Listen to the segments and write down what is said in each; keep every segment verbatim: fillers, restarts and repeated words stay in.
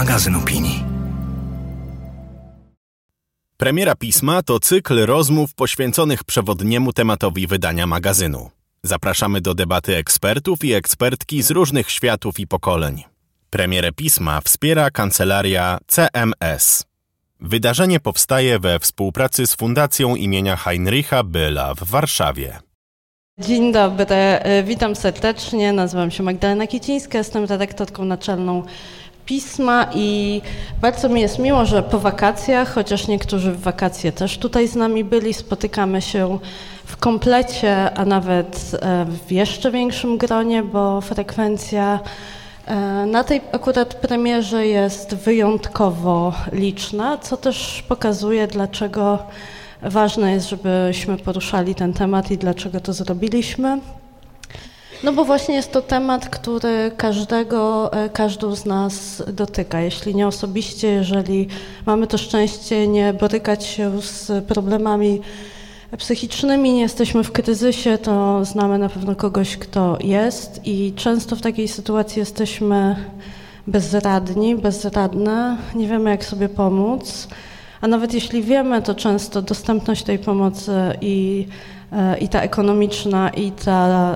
magazyn opinii. Premiera Pisma to cykl rozmów poświęconych przewodniemu tematowi wydania magazynu. Zapraszamy do debaty ekspertów i ekspertki z różnych światów i pokoleń. Premierę Pisma wspiera kancelaria C M S. Wydarzenie powstaje we współpracy z Fundacją imienia Heinricha Bölla w Warszawie. Dzień dobry, witam serdecznie, nazywam się Magdalena Kicińska, jestem redaktorką naczelną Pisma i bardzo mi jest miło, że po wakacjach, chociaż niektórzy w wakacje też tutaj z nami byli, spotykamy się w komplecie, a nawet w jeszcze większym gronie, bo frekwencja na tej akurat premierze jest wyjątkowo liczna, co też pokazuje, dlaczego ważne jest, żebyśmy poruszali ten temat i dlaczego to zrobiliśmy. No bo właśnie jest to temat, który każdego, każdą z nas dotyka. Jeśli nie osobiście, jeżeli mamy to szczęście nie borykać się z problemami psychicznymi, nie jesteśmy w kryzysie, to znamy na pewno kogoś, kto jest i często w takiej sytuacji jesteśmy bezradni, bezradne, nie wiemy jak sobie pomóc, a nawet jeśli wiemy, to często dostępność tej pomocy i, i ta ekonomiczna, i ta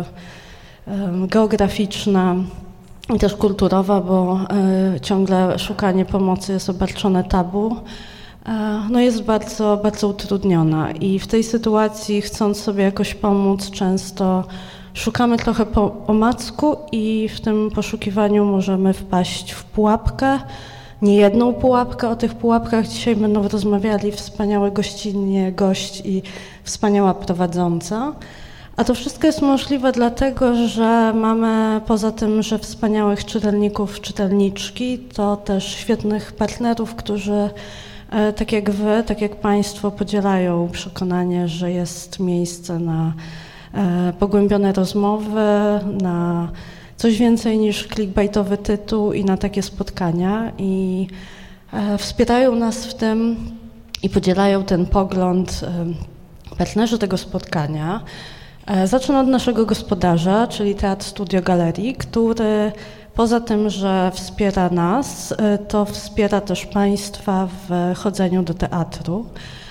geograficzna, i też kulturowa, bo ciągle szukanie pomocy jest obarczone tabu, no jest bardzo, bardzo utrudniona i w tej sytuacji, chcąc sobie jakoś pomóc, często szukamy trochę po omacku i w tym poszukiwaniu możemy wpaść w pułapkę, nie jedną pułapkę. O tych pułapkach dzisiaj będą rozmawiali wspaniały gościnnie gość i wspaniała prowadząca. A to wszystko jest możliwe dlatego, że mamy poza tym, że wspaniałych czytelników, czytelniczki, to też świetnych partnerów, którzy tak jak wy, tak jak państwo podzielają przekonanie, że jest miejsce na pogłębione rozmowy, na coś więcej niż clickbaitowy tytuł i na takie spotkania i wspierają nas w tym i podzielają ten pogląd partnerzy tego spotkania. Zacznę od naszego gospodarza, czyli Teatr Studio Galerii, który poza tym, że wspiera nas, to wspiera też państwa w chodzeniu do teatru.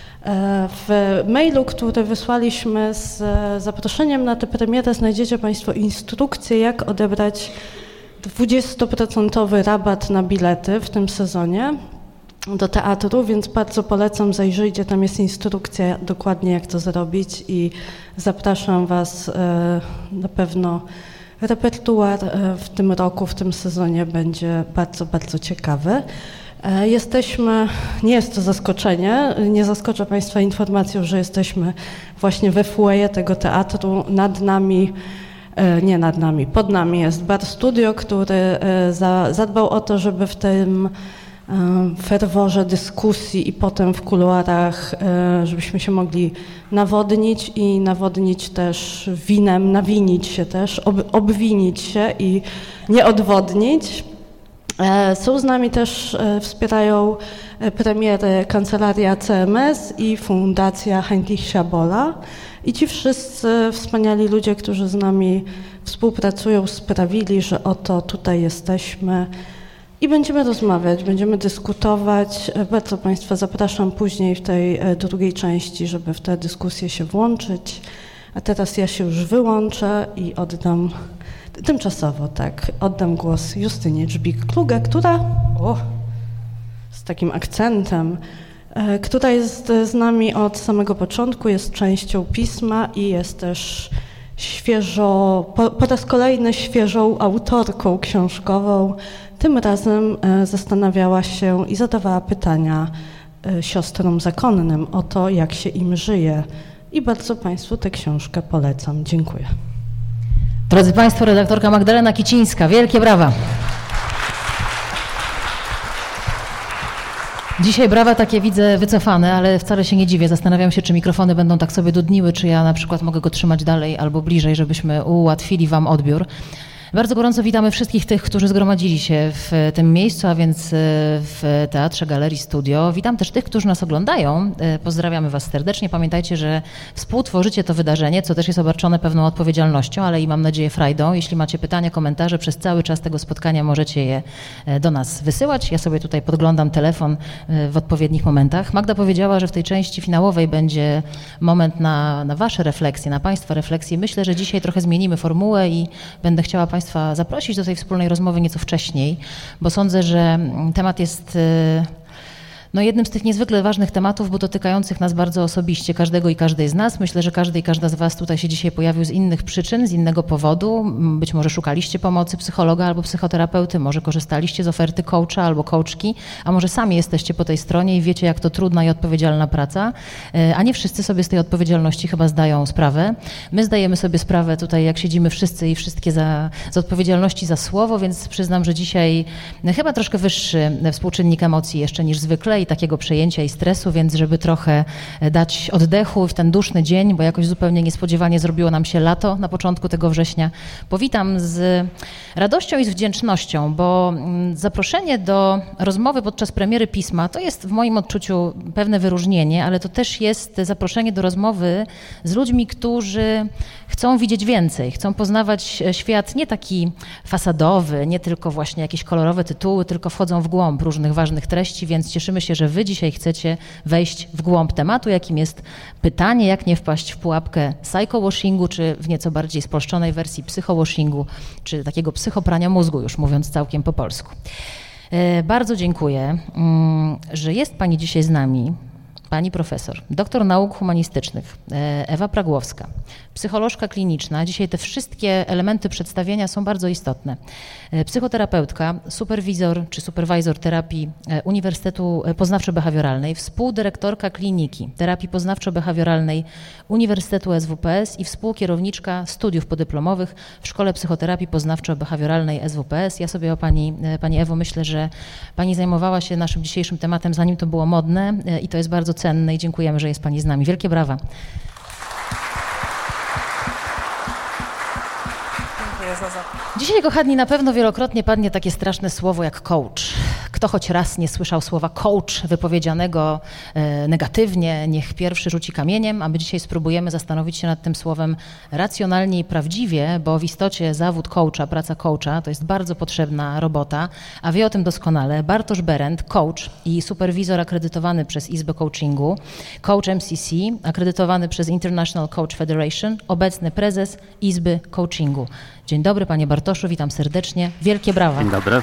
W mailu, który wysłaliśmy z zaproszeniem na tę premierę, znajdziecie państwo instrukcję, jak odebrać dwudziestoprocentowy rabat na bilety w tym sezonie do teatru, więc bardzo polecam, zajrzyjcie, tam jest instrukcja dokładnie jak to zrobić i zapraszam was, na pewno repertuar w tym roku, w tym sezonie będzie bardzo, bardzo ciekawy. Jesteśmy, nie jest to zaskoczenie, nie zaskoczę państwa informacją, że jesteśmy właśnie we foyer tego teatru. Nad nami, nie nad nami, pod nami jest Bar Studio, który zadbał o to, żeby w tym ferworze dyskusji i potem w kuluarach, żebyśmy się mogli nawodnić i nawodnić też winem, nawinić się też, ob, obwinić się i nie odwodnić. Są z nami też, wspierają premiery Kancelaria C M S i Fundacja Heinricha Bölla i ci wszyscy wspaniali ludzie, którzy z nami współpracują, sprawili, że oto tutaj jesteśmy i będziemy rozmawiać, będziemy dyskutować. Bardzo państwa zapraszam później w tej drugiej części, żeby w tę dyskusję się włączyć. A teraz ja się już wyłączę i oddam, tymczasowo tak, oddam głos Justynie Dżbik-Kluge, która, o, z takim akcentem, która jest z nami od samego początku, jest częścią Pisma i jest też świeżo, po, po raz kolejny świeżą autorką książkową. Tym razem zastanawiała się i zadawała pytania siostrom zakonnym o to, jak się im żyje. I bardzo państwu tę książkę polecam. Dziękuję. Drodzy państwo, redaktorka Magdalena Kicińska. Wielkie brawa. Dzisiaj brawa takie widzę wycofane, ale wcale się nie dziwię. Zastanawiam się, czy mikrofony będą tak sobie dudniły, czy ja na przykład mogę go trzymać dalej albo bliżej, żebyśmy ułatwili wam odbiór. Bardzo gorąco witamy wszystkich tych, którzy zgromadzili się w tym miejscu, a więc w Teatrze Galerii Studio. Witam też tych, którzy nas oglądają. Pozdrawiamy Was serdecznie. Pamiętajcie, że współtworzycie to wydarzenie, co też jest obarczone pewną odpowiedzialnością, ale i mam nadzieję frajdą. Jeśli macie pytania, komentarze, przez cały czas tego spotkania możecie je do nas wysyłać. Ja sobie tutaj podglądam telefon w odpowiednich momentach. Magda powiedziała, że w tej części finałowej będzie moment na, na Wasze refleksje, na Państwa refleksje. Myślę, że dzisiaj trochę zmienimy formułę i będę chciała Państwa zaprosić do tej wspólnej rozmowy nieco wcześniej, bo sądzę, że temat jest no, jednym z tych niezwykle ważnych tematów, bo dotykających nas bardzo osobiście, każdego i każdej z nas. Myślę, że każdy i każda z Was tutaj się dzisiaj pojawił z innych przyczyn, z innego powodu. Być może szukaliście pomocy psychologa albo psychoterapeuty, może korzystaliście z oferty coacha albo coachki, a może sami jesteście po tej stronie i wiecie, jak to trudna i odpowiedzialna praca, a nie wszyscy sobie z tej odpowiedzialności chyba zdają sprawę. My zdajemy sobie sprawę tutaj, jak siedzimy wszyscy i wszystkie za, z odpowiedzialności za słowo, więc przyznam, że dzisiaj chyba troszkę wyższy współczynnik emocji jeszcze niż zwykle i takiego przejęcia i stresu, więc żeby trochę dać oddechu w ten duszny dzień, bo jakoś zupełnie niespodziewanie zrobiło nam się lato na początku tego września. Powitam z radością i z wdzięcznością, bo zaproszenie do rozmowy podczas premiery pisma to jest w moim odczuciu pewne wyróżnienie, ale to też jest zaproszenie do rozmowy z ludźmi, którzy chcą widzieć więcej, chcą poznawać świat nie taki fasadowy, nie tylko właśnie jakieś kolorowe tytuły, tylko wchodzą w głąb różnych ważnych treści, więc cieszymy się, że Wy dzisiaj chcecie wejść w głąb tematu, jakim jest pytanie, jak nie wpaść w pułapkę psycho-washingu, czy w nieco bardziej spolszczonej wersji psycho-washingu, czy takiego psychoprania mózgu, już mówiąc całkiem po polsku. Bardzo dziękuję, że jest Pani dzisiaj z nami. Pani profesor, doktor nauk humanistycznych Ewa Pragłowska, psycholożka kliniczna. Dzisiaj te wszystkie elementy przedstawienia są bardzo istotne. Psychoterapeutka, superwizor czy superwizor terapii Uniwersytetu Poznawczo-Behawioralnej, współdyrektorka kliniki terapii poznawczo-behawioralnej Uniwersytetu S W P S i współkierowniczka studiów podyplomowych w Szkole Psychoterapii Poznawczo-Behawioralnej S W P S. Ja sobie o Pani, Pani Ewo myślę, że Pani zajmowała się naszym dzisiejszym tematem, zanim to było modne i to jest bardzo cenne i dziękujemy, że jest Pani z nami. Wielkie brawa. Dziękuję za zaproszenie. Dzisiaj, kochani, na pewno wielokrotnie padnie takie straszne słowo jak coach. Kto choć raz nie słyszał słowa coach wypowiedzianego e, negatywnie, niech pierwszy rzuci kamieniem, a my dzisiaj spróbujemy zastanowić się nad tym słowem racjonalnie i prawdziwie, bo w istocie zawód coacha, praca coacha to jest bardzo potrzebna robota, a wie o tym doskonale Bartosz Berend, coach i superwizor akredytowany przez Izbę Coachingu, coach M C C, akredytowany przez International Coach Federation, obecny prezes Izby Coachingu. Dzień dobry, Panie Bartoszu, witam serdecznie. Wielkie brawa. Dzień dobry.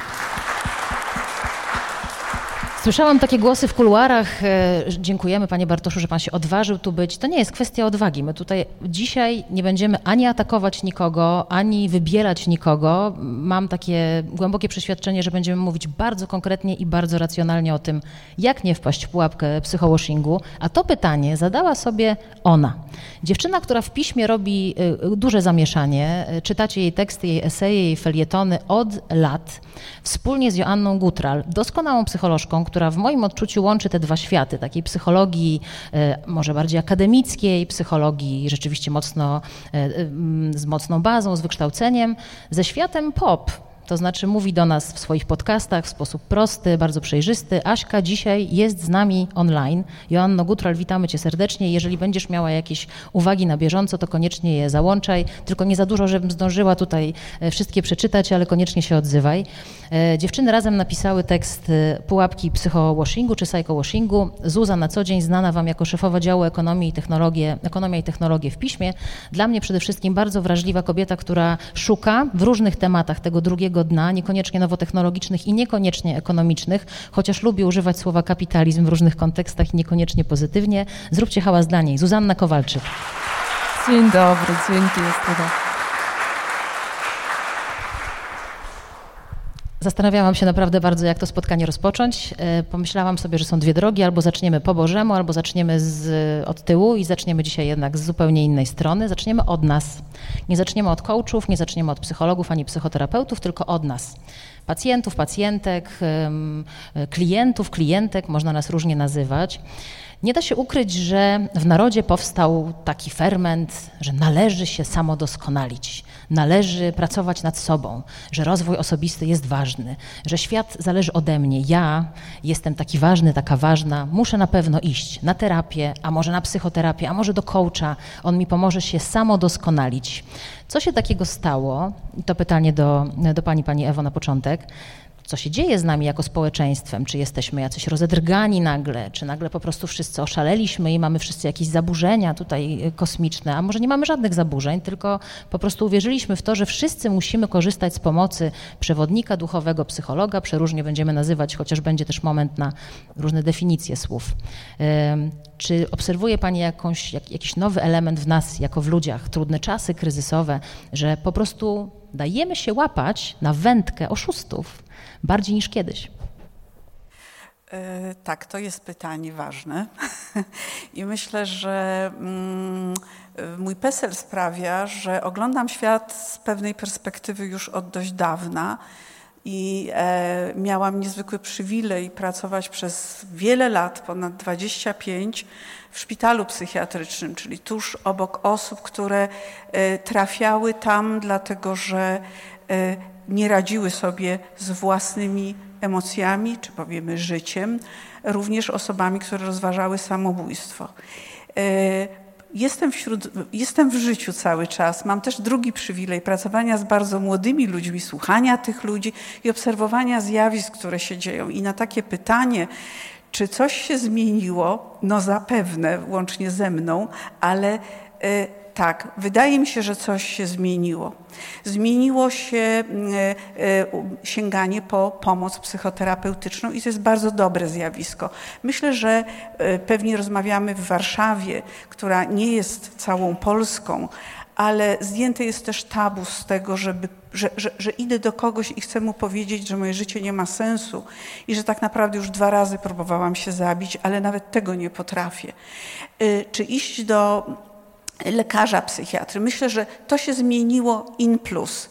Słyszałam takie głosy w kuluarach. Dziękujemy, Panie Bartoszu, że Pan się odważył tu być. To nie jest kwestia odwagi. My tutaj dzisiaj nie będziemy ani atakować nikogo, ani wybierać nikogo. Mam takie głębokie przeświadczenie, że będziemy mówić bardzo konkretnie i bardzo racjonalnie o tym, jak nie wpaść w pułapkę psycho-washingu. A to pytanie zadała sobie ona. Dziewczyna, która w piśmie robi duże zamieszanie. Czytacie jej teksty, jej eseje, jej felietony od lat. Wspólnie z Joanną Gutral, doskonałą psycholożką, która w moim odczuciu łączy te dwa światy, takiej psychologii może bardziej akademickiej, psychologii rzeczywiście mocno, z mocną bazą, z wykształceniem, ze światem pop. To znaczy mówi do nas w swoich podcastach w sposób prosty, bardzo przejrzysty. Aśka dzisiaj jest z nami online. Joanno Gutral, witamy Cię serdecznie. Jeżeli będziesz miała jakieś uwagi na bieżąco, to koniecznie je załączaj. Tylko nie za dużo, żebym zdążyła tutaj wszystkie przeczytać, ale koniecznie się odzywaj. Dziewczyny razem napisały tekst Pułapki psycho-washingu czy psycho-washingu. Zuza na co dzień znana Wam jako szefowa działu ekonomii i technologie, ekonomia i technologie w piśmie. Dla mnie przede wszystkim bardzo wrażliwa kobieta, która szuka w różnych tematach tego drugiego dna, niekoniecznie nowotechnologicznych i niekoniecznie ekonomicznych, chociaż lubię używać słowa kapitalizm w różnych kontekstach i niekoniecznie pozytywnie. Zróbcie hałas dla niej. Zuzanna Kowalczyk. Dzień dobry, dzięki. Jest Zastanawiałam się naprawdę bardzo, jak to spotkanie rozpocząć. Pomyślałam sobie, że są dwie drogi, albo zaczniemy po Bożemu, albo zaczniemy z, od tyłu i zaczniemy dzisiaj jednak z zupełnie innej strony. Zaczniemy od nas. Nie zaczniemy od coachów, nie zaczniemy od psychologów ani psychoterapeutów, tylko od nas. Pacjentów, pacjentek, klientów, klientek, można nas różnie nazywać. Nie da się ukryć, że w narodzie powstał taki ferment, że należy się samodoskonalić. należy pracować nad sobą, że rozwój osobisty jest ważny, że świat zależy ode mnie, ja jestem taki ważny, taka ważna, muszę na pewno iść na terapię, a może na psychoterapię, a może do coacha, on mi pomoże się samodoskonalić. Co się takiego stało? I to pytanie do, do pani, pani Ewo na początek. Co się dzieje z nami jako społeczeństwem? Czy jesteśmy jacyś rozedrgani nagle? Czy nagle po prostu wszyscy oszaleliśmy i mamy wszyscy jakieś zaburzenia tutaj kosmiczne? A może nie mamy żadnych zaburzeń, tylko po prostu uwierzyliśmy w to, że wszyscy musimy korzystać z pomocy przewodnika duchowego, psychologa, przeróżnie będziemy nazywać, chociaż będzie też moment na różne definicje słów. Czy obserwuje pani jakąś, jak, jakiś nowy element w nas, jako w ludziach, trudne czasy kryzysowe, że po prostu dajemy się łapać na wędkę oszustów bardziej niż kiedyś? Yy, tak, to jest pytanie ważne i myślę, że mm, mój PESEL sprawia, że oglądam świat z pewnej perspektywy już od dość dawna i e, miałam niezwykły przywilej pracować przez wiele lat, ponad dwadzieścia pięć, w szpitalu psychiatrycznym, czyli tuż obok osób, które e, trafiały tam dlatego, że e, nie radziły sobie z własnymi emocjami, czy powiemy życiem, również osobami, które rozważały samobójstwo. Jestem, wśród, jestem w życiu cały czas, mam też drugi przywilej pracowania z bardzo młodymi ludźmi, słuchania tych ludzi i obserwowania zjawisk, które się dzieją. I na takie pytanie, czy coś się zmieniło, no zapewne, łącznie ze mną, ale tak, wydaje mi się, że coś się zmieniło. Zmieniło się sięganie po pomoc psychoterapeutyczną i to jest bardzo dobre zjawisko. Myślę, że pewnie rozmawiamy w Warszawie, która nie jest całą Polską, ale zdjęte jest też tabu z tego, żeby, że, że, że idę do kogoś i chcę mu powiedzieć, że moje życie nie ma sensu i że tak naprawdę już dwa razy próbowałam się zabić, ale nawet tego nie potrafię. Czy iść do lekarza psychiatry. Myślę, że to się zmieniło in plus.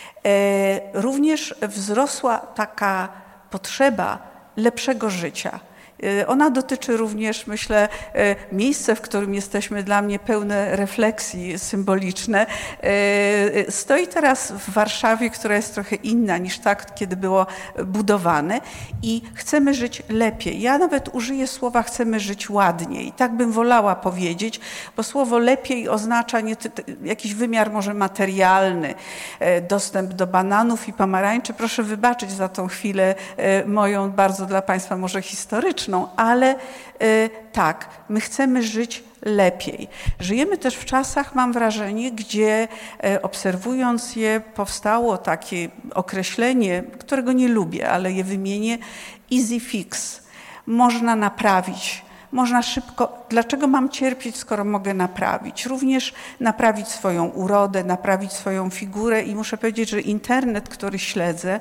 Również wzrosła taka potrzeba lepszego życia. Ona dotyczy również, myślę, miejsce, w którym jesteśmy, dla mnie pełne refleksji symboliczne. Stoi teraz w Warszawie, która jest trochę inna niż ta, kiedy było budowane i chcemy żyć lepiej. Ja nawet użyję słowa chcemy żyć ładniej. Tak bym wolała powiedzieć, bo słowo lepiej oznacza nie, jakiś wymiar może materialny, dostęp do bananów i pomarańczy. Proszę wybaczyć za tą chwilę moją bardzo dla Państwa może historyczną, ale y, tak, my chcemy żyć lepiej. Żyjemy też w czasach, mam wrażenie, gdzie y, obserwując je, powstało takie określenie, którego nie lubię, ale je wymienię, easy fix. Można naprawić. Można szybko, dlaczego mam cierpieć, skoro mogę naprawić? Również naprawić swoją urodę, naprawić swoją figurę i muszę powiedzieć, że internet, który śledzę,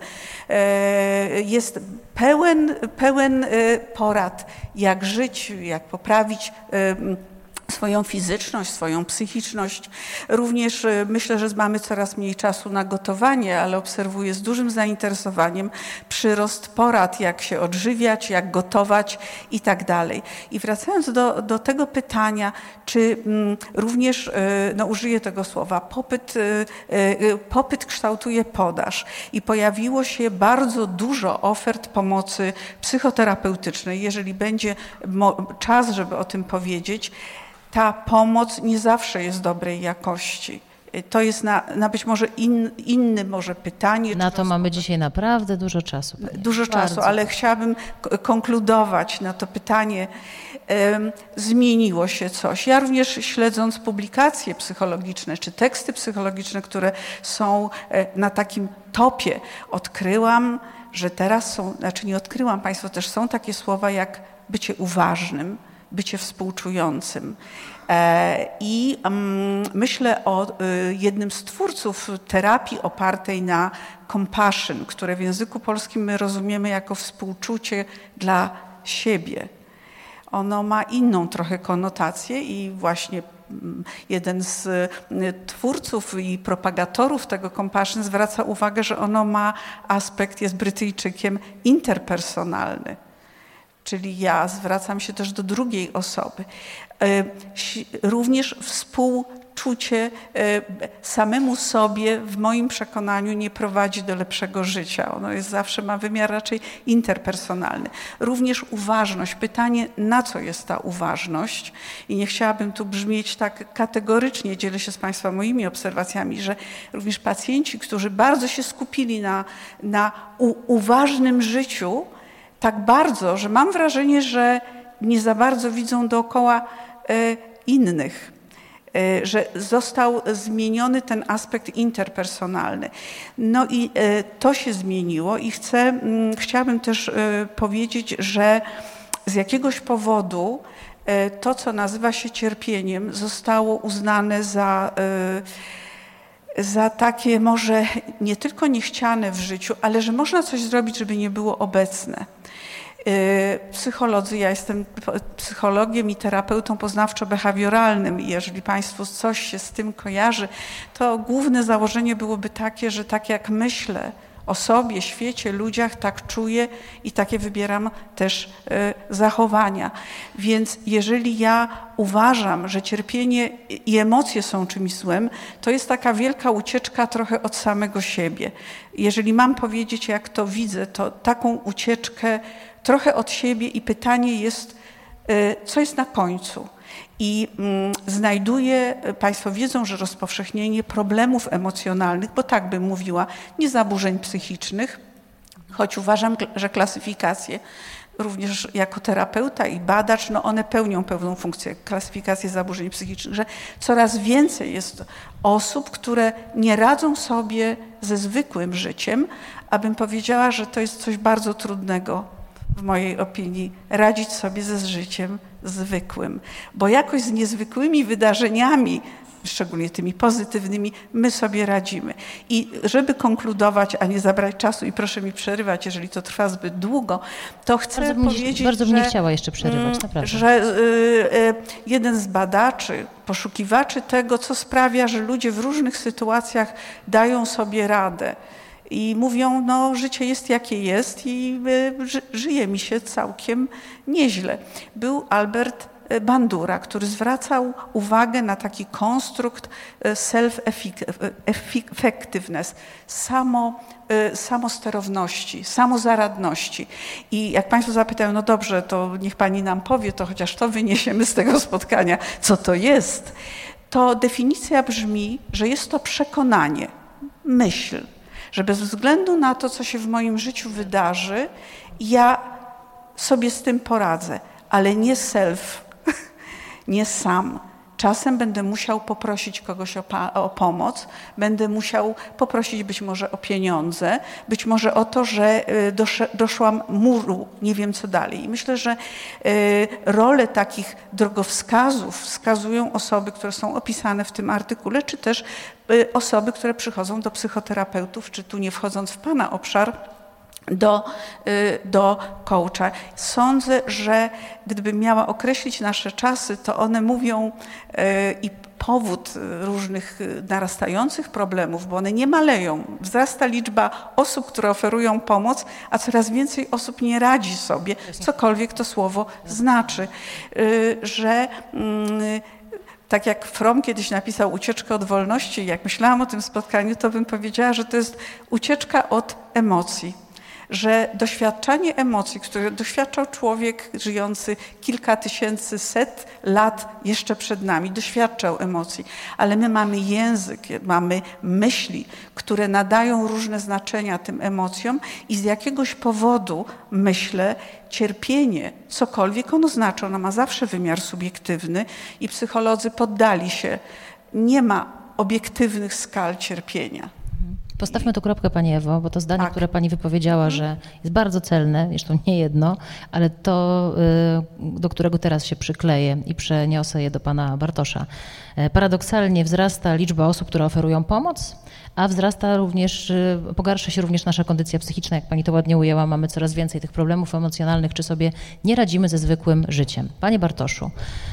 jest pełen, pełen porad, jak żyć, jak poprawić swoją fizyczność, swoją psychiczność. Również myślę, że mamy coraz mniej czasu na gotowanie, ale obserwuję z dużym zainteresowaniem przyrost porad, jak się odżywiać, jak gotować i tak dalej. I wracając do, do tego pytania, czy mm, również, no użyję tego słowa, popyt, y, popyt kształtuje podaż i pojawiło się bardzo dużo ofert pomocy psychoterapeutycznej. Jeżeli będzie czas, żeby o tym powiedzieć, ta pomoc nie zawsze jest dobrej jakości. To jest na, na być może in, inne może pytanie. Na to mamy dzisiaj naprawdę dużo czasu. Pani. Dużo Bardzo. czasu, ale chciałabym konkludować na to pytanie. Um, zmieniło się coś. Ja również śledząc publikacje psychologiczne, czy teksty psychologiczne, które są na takim topie, odkryłam, że teraz są, znaczy nie odkryłam, Państwo też są takie słowa jak bycie uważnym, bycie współczującym. I myślę o jednym z twórców terapii opartej na compassion, które w języku polskim my rozumiemy jako współczucie dla siebie. Ono ma inną trochę konotację i właśnie jeden z twórców i propagatorów tego compassion zwraca uwagę, że ono ma aspekt, jest Brytyjczykiem, interpersonalny. Czyli ja zwracam się też do drugiej osoby. Również współ czucie samemu sobie w moim przekonaniu nie prowadzi do lepszego życia. Ono jest zawsze, ma wymiar raczej interpersonalny. Również uważność. Pytanie, na co jest ta uważność? I nie chciałabym tu brzmieć tak kategorycznie, dzielę się z Państwa moimi obserwacjami, że również pacjenci, którzy bardzo się skupili na, na u, uważnym życiu, tak bardzo, że mam wrażenie, że nie za bardzo widzą dookoła y, innych. Że został zmieniony ten aspekt interpersonalny. No i to się zmieniło i chcę, chciałabym też powiedzieć, że z jakiegoś powodu to, co nazywa się cierpieniem, zostało uznane za, za takie może nie tylko niechciane w życiu, ale że można coś zrobić, żeby nie było obecne. Psycholodzy, ja jestem psychologiem i terapeutą poznawczo-behawioralnym i jeżeli Państwu coś się z tym kojarzy, to główne założenie byłoby takie, że tak jak myślę o sobie, świecie, ludziach, tak czuję i takie wybieram też zachowania. Więc jeżeli ja uważam, że cierpienie i emocje są czymś złym, to jest taka wielka ucieczka trochę od samego siebie. Jeżeli mam powiedzieć, jak to widzę, to taką ucieczkę trochę od siebie i pytanie jest, co jest na końcu. I mm, znajduję, Państwo wiedzą, że rozpowszechnienie problemów emocjonalnych, bo tak bym mówiła, nie zaburzeń psychicznych, choć uważam, że klasyfikacje również jako terapeuta i badacz, no one pełnią pewną funkcję, klasyfikację zaburzeń psychicznych, że coraz więcej jest osób, które nie radzą sobie ze zwykłym życiem, abym powiedziała, że to jest coś bardzo trudnego w mojej opinii, radzić sobie ze życiem zwykłym, bo jakoś z niezwykłymi wydarzeniami, szczególnie tymi pozytywnymi, my sobie radzimy. I żeby konkludować, a nie zabrać czasu i proszę mi przerywać, jeżeli to trwa zbyt długo, to chcę bardzo powiedzieć, mi, bardzo bym że, nie chciała jeszcze przerywać, naprawdę. że y, y, jeden z badaczy, poszukiwaczy tego, co sprawia, że ludzie w różnych sytuacjach dają sobie radę, i mówią, no życie jest jakie jest i ży, żyje mi się całkiem nieźle. Był Albert Bandura, który zwracał uwagę na taki konstrukt self-effectiveness, samo, samosterowności, samozaradności. I jak Państwo zapytają, no dobrze, to niech Pani nam powie, to chociaż to wyniesiemy z tego spotkania, co to jest, to definicja brzmi, że jest to przekonanie, myśl, że bez względu na to, co się w moim życiu wydarzy, ja sobie z tym poradzę, ale nie self, nie sam. Czasem będę musiał poprosić kogoś o, o pomoc, będę musiał poprosić być może o pieniądze, być może o to, że dosz, doszłam muru, nie wiem co dalej. I myślę, że y, rolę takich drogowskazów wskazują osoby, które są opisane w tym artykule, czy też y, osoby, które przychodzą do psychoterapeutów, czy tu nie wchodząc w Pana obszar, do, do coacha. Sądzę, że gdybym miała określić nasze czasy, to one mówią i powód różnych narastających problemów, bo one nie maleją. Wzrasta liczba osób, które oferują pomoc, a coraz więcej osób nie radzi sobie, cokolwiek to słowo znaczy, że tak jak Fromm kiedyś napisał ucieczkę od wolności, jak myślałam o tym spotkaniu, to bym powiedziała, że to jest ucieczka od emocji. Że doświadczanie emocji, które doświadczał człowiek żyjący kilka tysięcy, set lat jeszcze przed nami, doświadczał emocji, ale my mamy język, mamy myśli, które nadają różne znaczenia tym emocjom i z jakiegoś powodu, myślę, cierpienie, cokolwiek ono znaczy, ono ma zawsze wymiar subiektywny i psycholodzy poddali się. Nie ma obiektywnych skal cierpienia. Postawmy tu kropkę, Pani Ewo, bo to zdanie, tak. które Pani wypowiedziała, że jest bardzo celne, zresztą nie jedno, ale to, do którego teraz się przykleję i przeniosę je do Pana Bartosza. Paradoksalnie wzrasta liczba osób, które oferują pomoc, a wzrasta również, pogarsza się również nasza kondycja psychiczna, jak Pani to ładnie ujęła, mamy coraz więcej tych problemów emocjonalnych, czy sobie nie radzimy ze zwykłym życiem. Panie Bartoszu,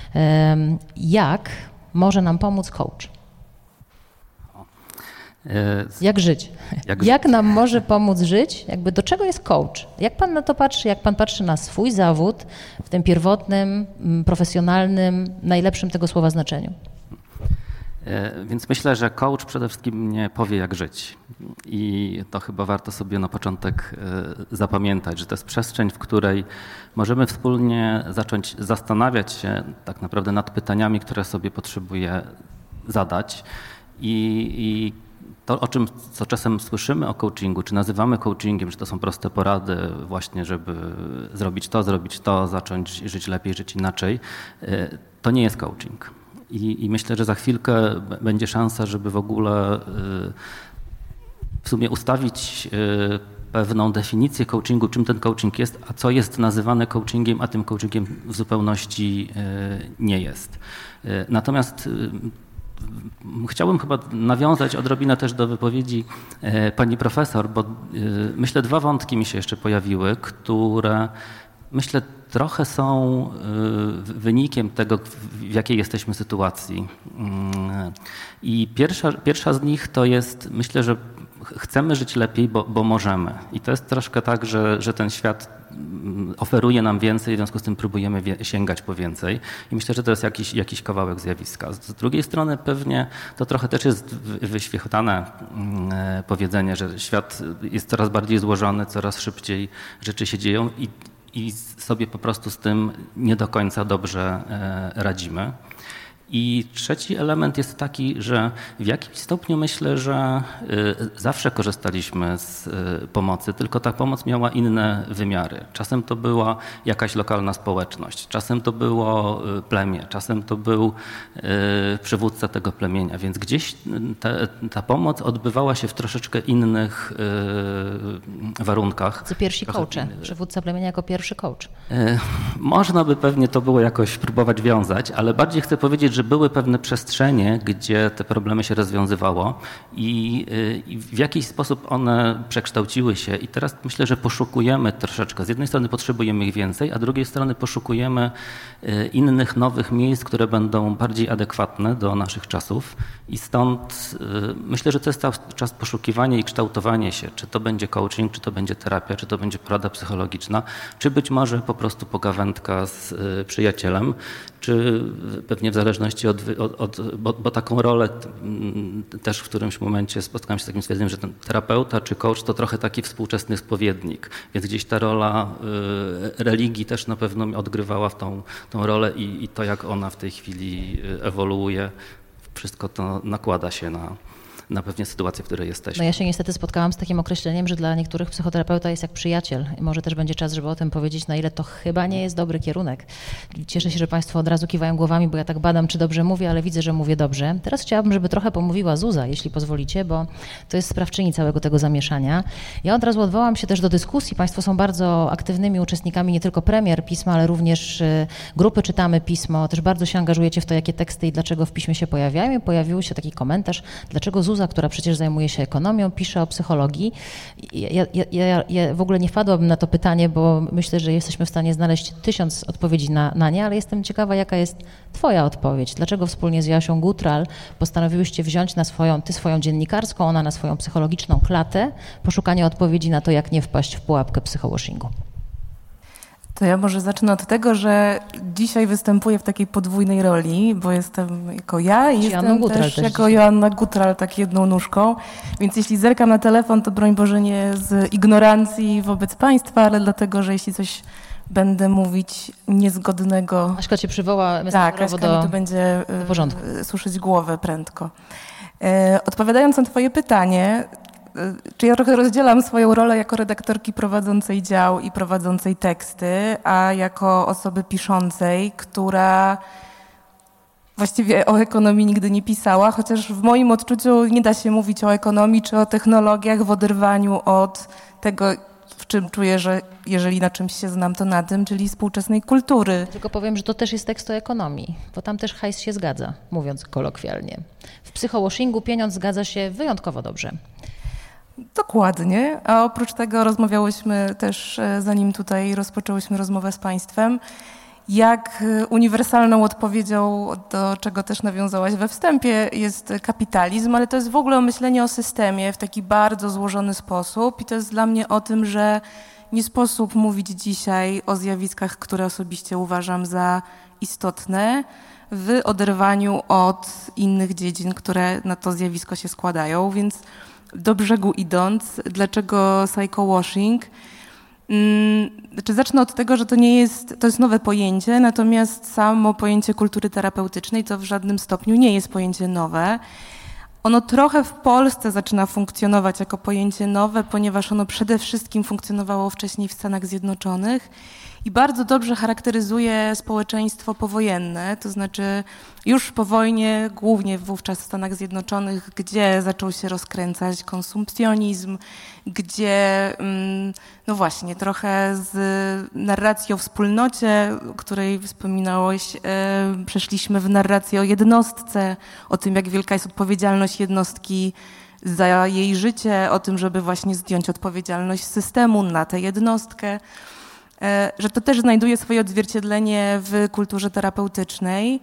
jak może nam pomóc coach? Jak żyć? Jak, jak nam może pomóc żyć? Jakby do czego jest coach? Jak Pan na to patrzy? Jak Pan patrzy na swój zawód w tym pierwotnym, profesjonalnym, najlepszym tego słowa znaczeniu? Więc myślę, że coach przede wszystkim nie powie, jak żyć. I to chyba warto sobie na początek zapamiętać, że to jest przestrzeń, w której możemy wspólnie zacząć zastanawiać się tak naprawdę nad pytaniami, które sobie potrzebuję zadać. I, i to, o czym co czasem słyszymy o coachingu, czy nazywamy coachingiem, że to są proste porady właśnie, żeby zrobić to, zrobić to, zacząć żyć lepiej, żyć inaczej, to nie jest coaching. I, i myślę, że za chwilkę będzie szansa, żeby w ogóle w sumie ustawić pewną definicję coachingu, czym ten coaching jest, a co jest nazywane coachingiem, a tym coachingiem w zupełności nie jest. Natomiast chciałbym chyba nawiązać odrobinę też do wypowiedzi pani profesor, bo myślę, dwa wątki mi się jeszcze pojawiły, które myślę trochę są wynikiem tego, w jakiej jesteśmy sytuacji. I pierwsza, pierwsza z nich to jest, myślę, że chcemy żyć lepiej, bo, bo możemy. I to jest troszkę tak, że, że ten świat oferuje nam więcej, w związku z tym próbujemy wie, sięgać po więcej. I myślę, że to jest jakiś, jakiś kawałek zjawiska. Z drugiej strony pewnie to trochę też jest wyświechtane powiedzenie, że świat jest coraz bardziej złożony, coraz szybciej rzeczy się dzieją i, i sobie po prostu z tym nie do końca dobrze radzimy. I trzeci element jest taki, że w jakimś stopniu myślę, że zawsze korzystaliśmy z pomocy, tylko ta pomoc miała inne wymiary. Czasem to była jakaś lokalna społeczność, czasem to było plemię, czasem to był przywódca tego plemienia, więc gdzieś ta, ta pomoc odbywała się w troszeczkę innych warunkach. Co pierwsi coache, przywódca plemienia jako pierwszy coach. Można by pewnie to było jakoś próbować wiązać, ale bardziej chcę powiedzieć, że były pewne przestrzenie, gdzie te problemy się rozwiązywało i, i w jakiś sposób one przekształciły się i teraz myślę, że poszukujemy troszeczkę. Z jednej strony potrzebujemy ich więcej, a z drugiej strony poszukujemy innych, nowych miejsc, które będą bardziej adekwatne do naszych czasów i stąd myślę, że to jest cały czas poszukiwanie i kształtowanie się, czy to będzie coaching, czy to będzie terapia, czy to będzie porada psychologiczna, czy być może po prostu pogawędka z przyjacielem, czy pewnie w zależności od, od, od bo, bo taką rolę też w którymś momencie spotkałem się z takim stwierdzeniem, że ten terapeuta czy coach to trochę taki współczesny spowiednik, więc gdzieś ta rola y, religii też na pewno odgrywała w tą, tą rolę i, i to, jak ona w tej chwili ewoluuje, wszystko to nakłada się na na pewnie sytuację, w której jesteśmy. No ja się niestety spotkałam z takim określeniem, że dla niektórych psychoterapeuta jest jak przyjaciel. I może też będzie czas, żeby o tym powiedzieć, na ile to chyba nie jest dobry kierunek. Cieszę się, że Państwo od razu kiwają głowami, bo ja tak badam, czy dobrze mówię, ale widzę, że mówię dobrze. Teraz chciałabym, żeby trochę pomówiła Zuza, jeśli pozwolicie, bo to jest sprawczyni całego tego zamieszania. Ja od razu odwołam się też do dyskusji. Państwo są bardzo aktywnymi uczestnikami nie tylko premier pisma, ale również grupy Czytamy Pismo. Też bardzo się angażujecie w to, jakie teksty i dlaczego w piśmie się pojawiają. I pojawił się taki komentarz, dlaczego Zuza, która przecież zajmuje się ekonomią, pisze o psychologii. Ja, ja, ja, ja w ogóle nie wpadłabym na to pytanie, bo myślę, że jesteśmy w stanie znaleźć tysiąc odpowiedzi na, na nie, ale jestem ciekawa, jaka jest Twoja odpowiedź. Dlaczego wspólnie z Joasią Gutral postanowiłyście wziąć na swoją, ty swoją dziennikarską, ona na swoją psychologiczną klatę, poszukanie odpowiedzi na to, jak nie wpaść w pułapkę psychowashingu? To ja może zacznę od tego, że dzisiaj występuję w takiej podwójnej roli, bo jestem jako ja i jestem też, też jako dzisiaj. Joanna Gutral, tak jedną nóżką. Więc jeśli zerkam na telefon, to broń Boże nie z ignorancji wobec Państwa, ale dlatego, że jeśli coś będę mówić niezgodnego... Aśka cię przywoła tak, Aśka do, mi to będzie do porządku. Suszyć głowę prędko. E, odpowiadając na Twoje pytanie... Czy ja trochę rozdzielam swoją rolę jako redaktorki prowadzącej dział i prowadzącej teksty, a jako osoby piszącej, która właściwie o ekonomii nigdy nie pisała, chociaż w moim odczuciu nie da się mówić o ekonomii czy o technologiach w oderwaniu od tego, w czym czuję, że jeżeli na czymś się znam, to na tym, czyli współczesnej kultury. Tylko powiem, że to też jest tekst o ekonomii, bo tam też hajs się zgadza, mówiąc kolokwialnie. W psychowashingu pieniądz zgadza się wyjątkowo dobrze. Dokładnie, a oprócz tego rozmawiałyśmy też, zanim tutaj rozpoczęłyśmy rozmowę z Państwem, jak uniwersalną odpowiedzią, do czego też nawiązałaś we wstępie, jest kapitalizm, ale to jest w ogóle myślenie o systemie w taki bardzo złożony sposób i to jest dla mnie o tym, że nie sposób mówić dzisiaj o zjawiskach, które osobiście uważam za istotne, w oderwaniu od innych dziedzin, które na to zjawisko się składają. Więc do brzegu idąc, dlaczego psycho-washing? Znaczy zacznę od tego, że to nie jest, to jest nowe pojęcie, natomiast samo pojęcie kultury terapeutycznej to w żadnym stopniu nie jest pojęcie nowe. Ono trochę w Polsce zaczyna funkcjonować jako pojęcie nowe, ponieważ ono przede wszystkim funkcjonowało wcześniej w Stanach Zjednoczonych i bardzo dobrze charakteryzuje społeczeństwo powojenne, to znaczy już po wojnie, głównie wówczas w Stanach Zjednoczonych, gdzie zaczął się rozkręcać konsumpcjonizm, gdzie, no właśnie, trochę z narracji o wspólnocie, o której wspominałeś, przeszliśmy w narrację o jednostce, o tym, jak wielka jest odpowiedzialność jednostki za jej życie, o tym, żeby właśnie zdjąć odpowiedzialność z systemu na tę jednostkę, że to też znajduje swoje odzwierciedlenie w kulturze terapeutycznej.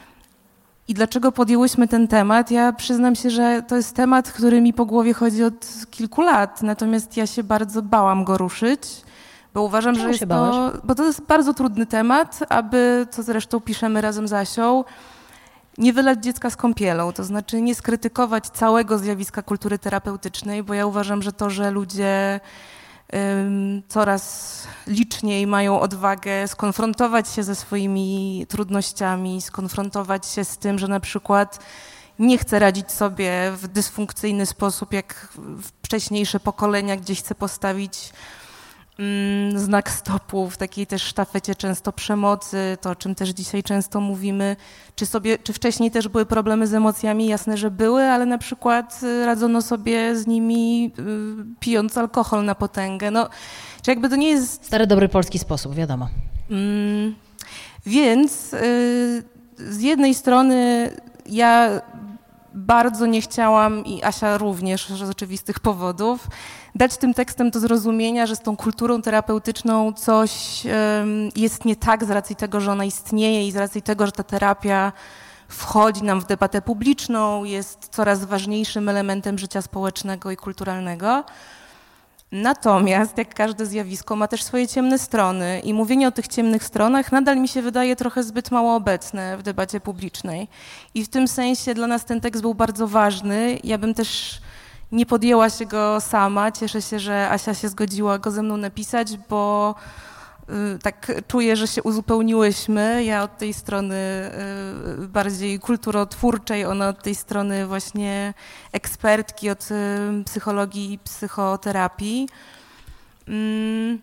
I dlaczego podjęłyśmy ten temat? Ja przyznam się, że to jest temat, który mi po głowie chodzi od kilku lat, natomiast ja się bardzo bałam go ruszyć, bo uważam, Czemu że jest się to, bałaś? bo to jest bardzo trudny temat, aby, co zresztą piszemy razem z Asią, nie wylać dziecka z kąpielą, to znaczy nie skrytykować całego zjawiska kultury terapeutycznej, bo ja uważam, że to, że ludzie coraz liczniej mają odwagę skonfrontować się ze swoimi trudnościami, skonfrontować się z tym, że na przykład nie chce radzić sobie w dysfunkcyjny sposób, jak wcześniejsze pokolenia, gdzieś chce postawić mm, znak stopu w takiej też sztafecie często przemocy, to o czym też dzisiaj często mówimy. Czy, sobie, czy wcześniej też były problemy z emocjami? Jasne, że były, ale na przykład radzono sobie z nimi y, pijąc alkohol na potęgę. No, czy jakby to nie jest... Stary, dobry polski sposób, wiadomo. Mm, więc y, z jednej strony ja bardzo nie chciałam, i Asia również z oczywistych powodów, dać tym tekstem do zrozumienia, że z tą kulturą terapeutyczną coś um, jest nie tak z racji tego, że ona istnieje i z racji tego, że ta terapia wchodzi nam w debatę publiczną, jest coraz ważniejszym elementem życia społecznego i kulturalnego. Natomiast, jak każde zjawisko, ma też swoje ciemne strony i mówienie o tych ciemnych stronach nadal mi się wydaje trochę zbyt mało obecne w debacie publicznej. I w tym sensie dla nas ten tekst był bardzo ważny. Ja bym też nie podjęła się go sama. Cieszę się, że Asia się zgodziła go ze mną napisać, bo y, tak czuję, że się uzupełniłyśmy. Ja od tej strony y, bardziej kulturotwórczej, ona od tej strony właśnie ekspertki od y, psychologii i psychoterapii. Y,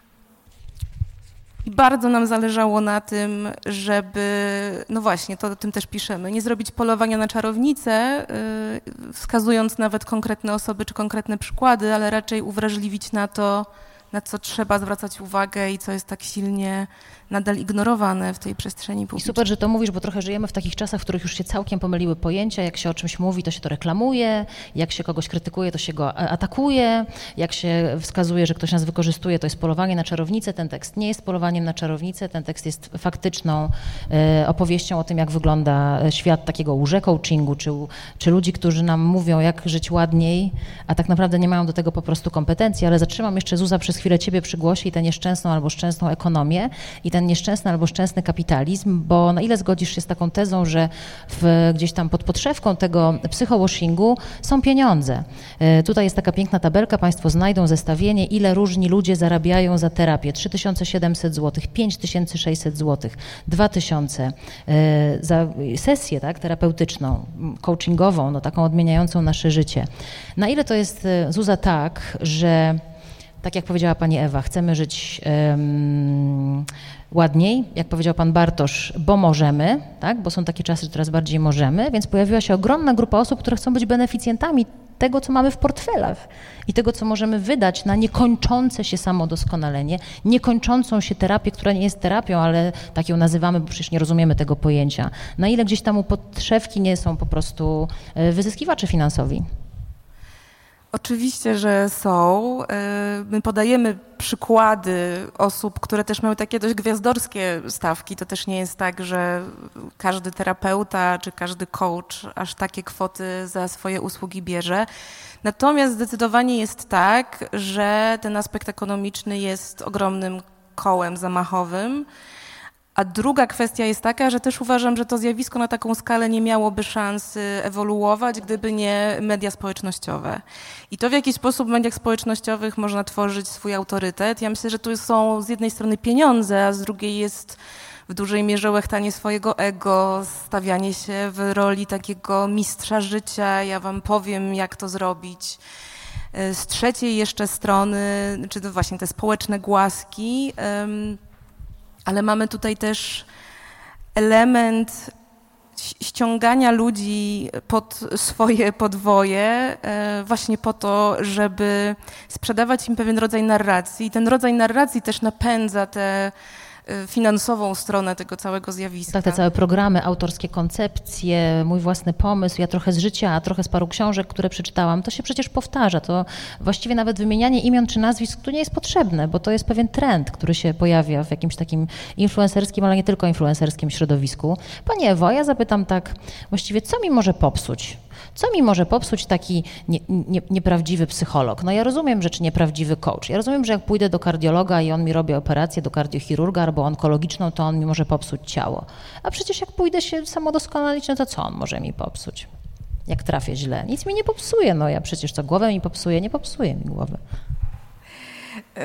I bardzo nam zależało na tym, żeby, no właśnie, to o tym też piszemy, nie zrobić polowania na czarownicę, yy, wskazując nawet konkretne osoby czy konkretne przykłady, ale raczej uwrażliwić na to, na co trzeba zwracać uwagę i co jest tak silnie nadal ignorowane w tej przestrzeni publicznej. I super, że to mówisz, bo trochę żyjemy w takich czasach, w których już się całkiem pomyliły pojęcia. Jak się o czymś mówi, to się to reklamuje, jak się kogoś krytykuje, to się go atakuje, jak się wskazuje, że ktoś nas wykorzystuje, to jest polowanie na czarownicę. Ten tekst nie jest polowaniem na czarownicę, ten tekst jest faktyczną e, opowieścią o tym, jak wygląda świat takiego łże-coachingu, czy, czy ludzi, którzy nam mówią, jak żyć ładniej, a tak naprawdę nie mają do tego po prostu kompetencji. Ale zatrzymam jeszcze, Zuza, przez chwilę ciebie przy głosie i tę nieszczęsną albo szczęsną ekonomię i ten nieszczęsny albo szczęsny kapitalizm, bo na ile zgodzisz się z taką tezą, że w, gdzieś tam pod podszewką tego psycho-washingu są pieniądze. Y, tutaj jest taka piękna tabelka, Państwo znajdą zestawienie, ile różni ludzie zarabiają za terapię. trzy tysiące siedemset złotych, pięć tysięcy sześćset złotych, dwa tysiące y, za sesję, tak, terapeutyczną, coachingową, no, taką odmieniającą nasze życie. Na ile to jest, Zuza, tak, że tak jak powiedziała pani Ewa, chcemy żyć um, ładniej, jak powiedział pan Bartosz, bo możemy, tak? Bo są takie czasy, że coraz bardziej możemy, więc pojawiła się ogromna grupa osób, które chcą być beneficjentami tego, co mamy w portfelach i tego, co możemy wydać na niekończące się samodoskonalenie, niekończącą się terapię, która nie jest terapią, ale tak ją nazywamy, bo przecież nie rozumiemy tego pojęcia. Na ile gdzieś tam u podszewki nie są po prostu wyzyskiwacze finansowi? Oczywiście, że są. My podajemy przykłady osób, które też mają takie dość gwiazdorskie stawki. To też nie jest tak, że każdy terapeuta czy każdy coach aż takie kwoty za swoje usługi bierze. Natomiast zdecydowanie jest tak, że ten aspekt ekonomiczny jest ogromnym kołem zamachowym. A druga kwestia jest taka, że też uważam, że to zjawisko na taką skalę nie miałoby szansy ewoluować, gdyby nie media społecznościowe. I to, w jaki sposób w mediach społecznościowych można tworzyć swój autorytet. Ja myślę, że tu są z jednej strony pieniądze, a z drugiej jest w dużej mierze łechtanie swojego ego, stawianie się w roli takiego mistrza życia. Ja wam powiem, jak to zrobić. Z trzeciej jeszcze strony, czy to właśnie te społeczne głaski, ale mamy tutaj też element ściągania ludzi pod swoje podwoje właśnie po to, żeby sprzedawać im pewien rodzaj narracji. I ten rodzaj narracji też napędza tę finansową stronę tego całego zjawiska. Tak, te całe programy, autorskie koncepcje, mój własny pomysł, ja trochę z życia, a trochę z paru książek, które przeczytałam, to się przecież powtarza. To właściwie nawet wymienianie imion czy nazwisk tu nie jest potrzebne, bo to jest pewien trend, który się pojawia w jakimś takim influencerskim, ale nie tylko influencerskim środowisku. Pani Ewo, ja zapytam tak, właściwie co mi może popsuć? Co mi może popsuć taki nie, nie, nieprawdziwy psycholog? No ja rozumiem, że czy nieprawdziwy coach. Ja rozumiem, że jak pójdę do kardiologa i on mi robi operację, do kardiochirurga albo onkologiczną, to on mi może popsuć ciało. A przecież jak pójdę się samodoskonalić, no to co on może mi popsuć? Jak trafię źle? Nic mi nie popsuje. No ja przecież co głowę mi popsuje? Nie popsuje mi głowy. Yy,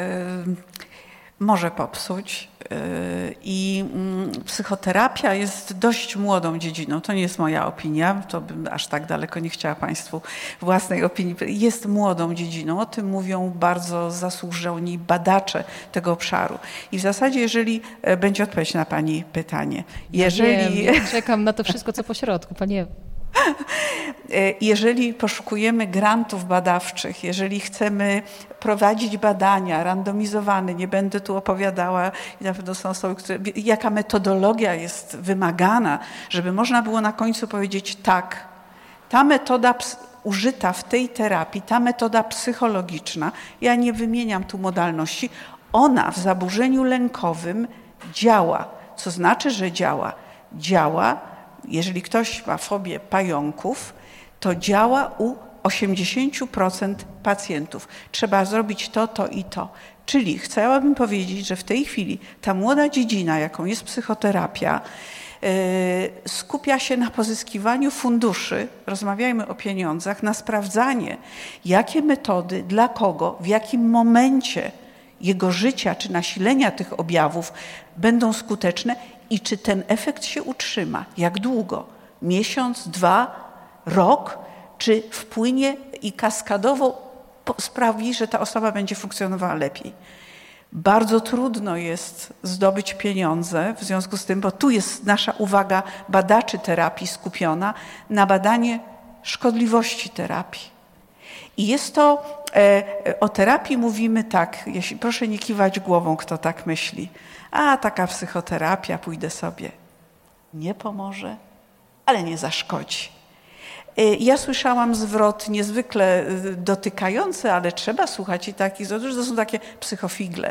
może popsuć. I psychoterapia jest dość młodą dziedziną. To nie jest moja opinia, to bym aż tak daleko nie chciała Państwu własnej opinii. Jest młodą dziedziną. O tym mówią bardzo zasłużeni badacze tego obszaru. I w zasadzie, jeżeli będzie odpowiedź na Pani pytanie. Jeżeli... Ja wiem, czekam na to wszystko, co po środku, Pani. Jeżeli poszukujemy grantów badawczych, jeżeli chcemy prowadzić badania randomizowane, nie będę tu opowiadała, i na pewno są osoby, które, jaka metodologia jest wymagana, żeby można było na końcu powiedzieć tak, ta metoda użyta w tej terapii, ta metoda psychologiczna, ja nie wymieniam tu modalności, ona w zaburzeniu lękowym działa. Co znaczy, że działa? Działa. Jeżeli ktoś ma fobię pająków, to działa u osiemdziesiąt procent pacjentów. Trzeba zrobić to, to i to. Czyli chciałabym powiedzieć, że w tej chwili ta młoda dziedzina, jaką jest psychoterapia, yy, skupia się na pozyskiwaniu funduszy, rozmawiajmy o pieniądzach, na sprawdzanie, jakie metody, dla kogo, w jakim momencie jego życia czy nasilenia tych objawów będą skuteczne i czy ten efekt się utrzyma, jak długo, miesiąc, dwa, rok, czy wpłynie i kaskadowo sprawi, że ta osoba będzie funkcjonowała lepiej. Bardzo trudno jest zdobyć pieniądze w związku z tym, bo tu jest nasza uwaga badaczy terapii skupiona na badanie szkodliwości terapii. I jest to, e, o terapii mówimy tak, jeśli, proszę nie kiwać głową, kto tak myśli. A taka psychoterapia, pójdę sobie. Nie pomoże, ale nie zaszkodzi. Ja słyszałam zwrot niezwykle dotykający, ale trzeba słuchać i takich, że to są takie psychofigle.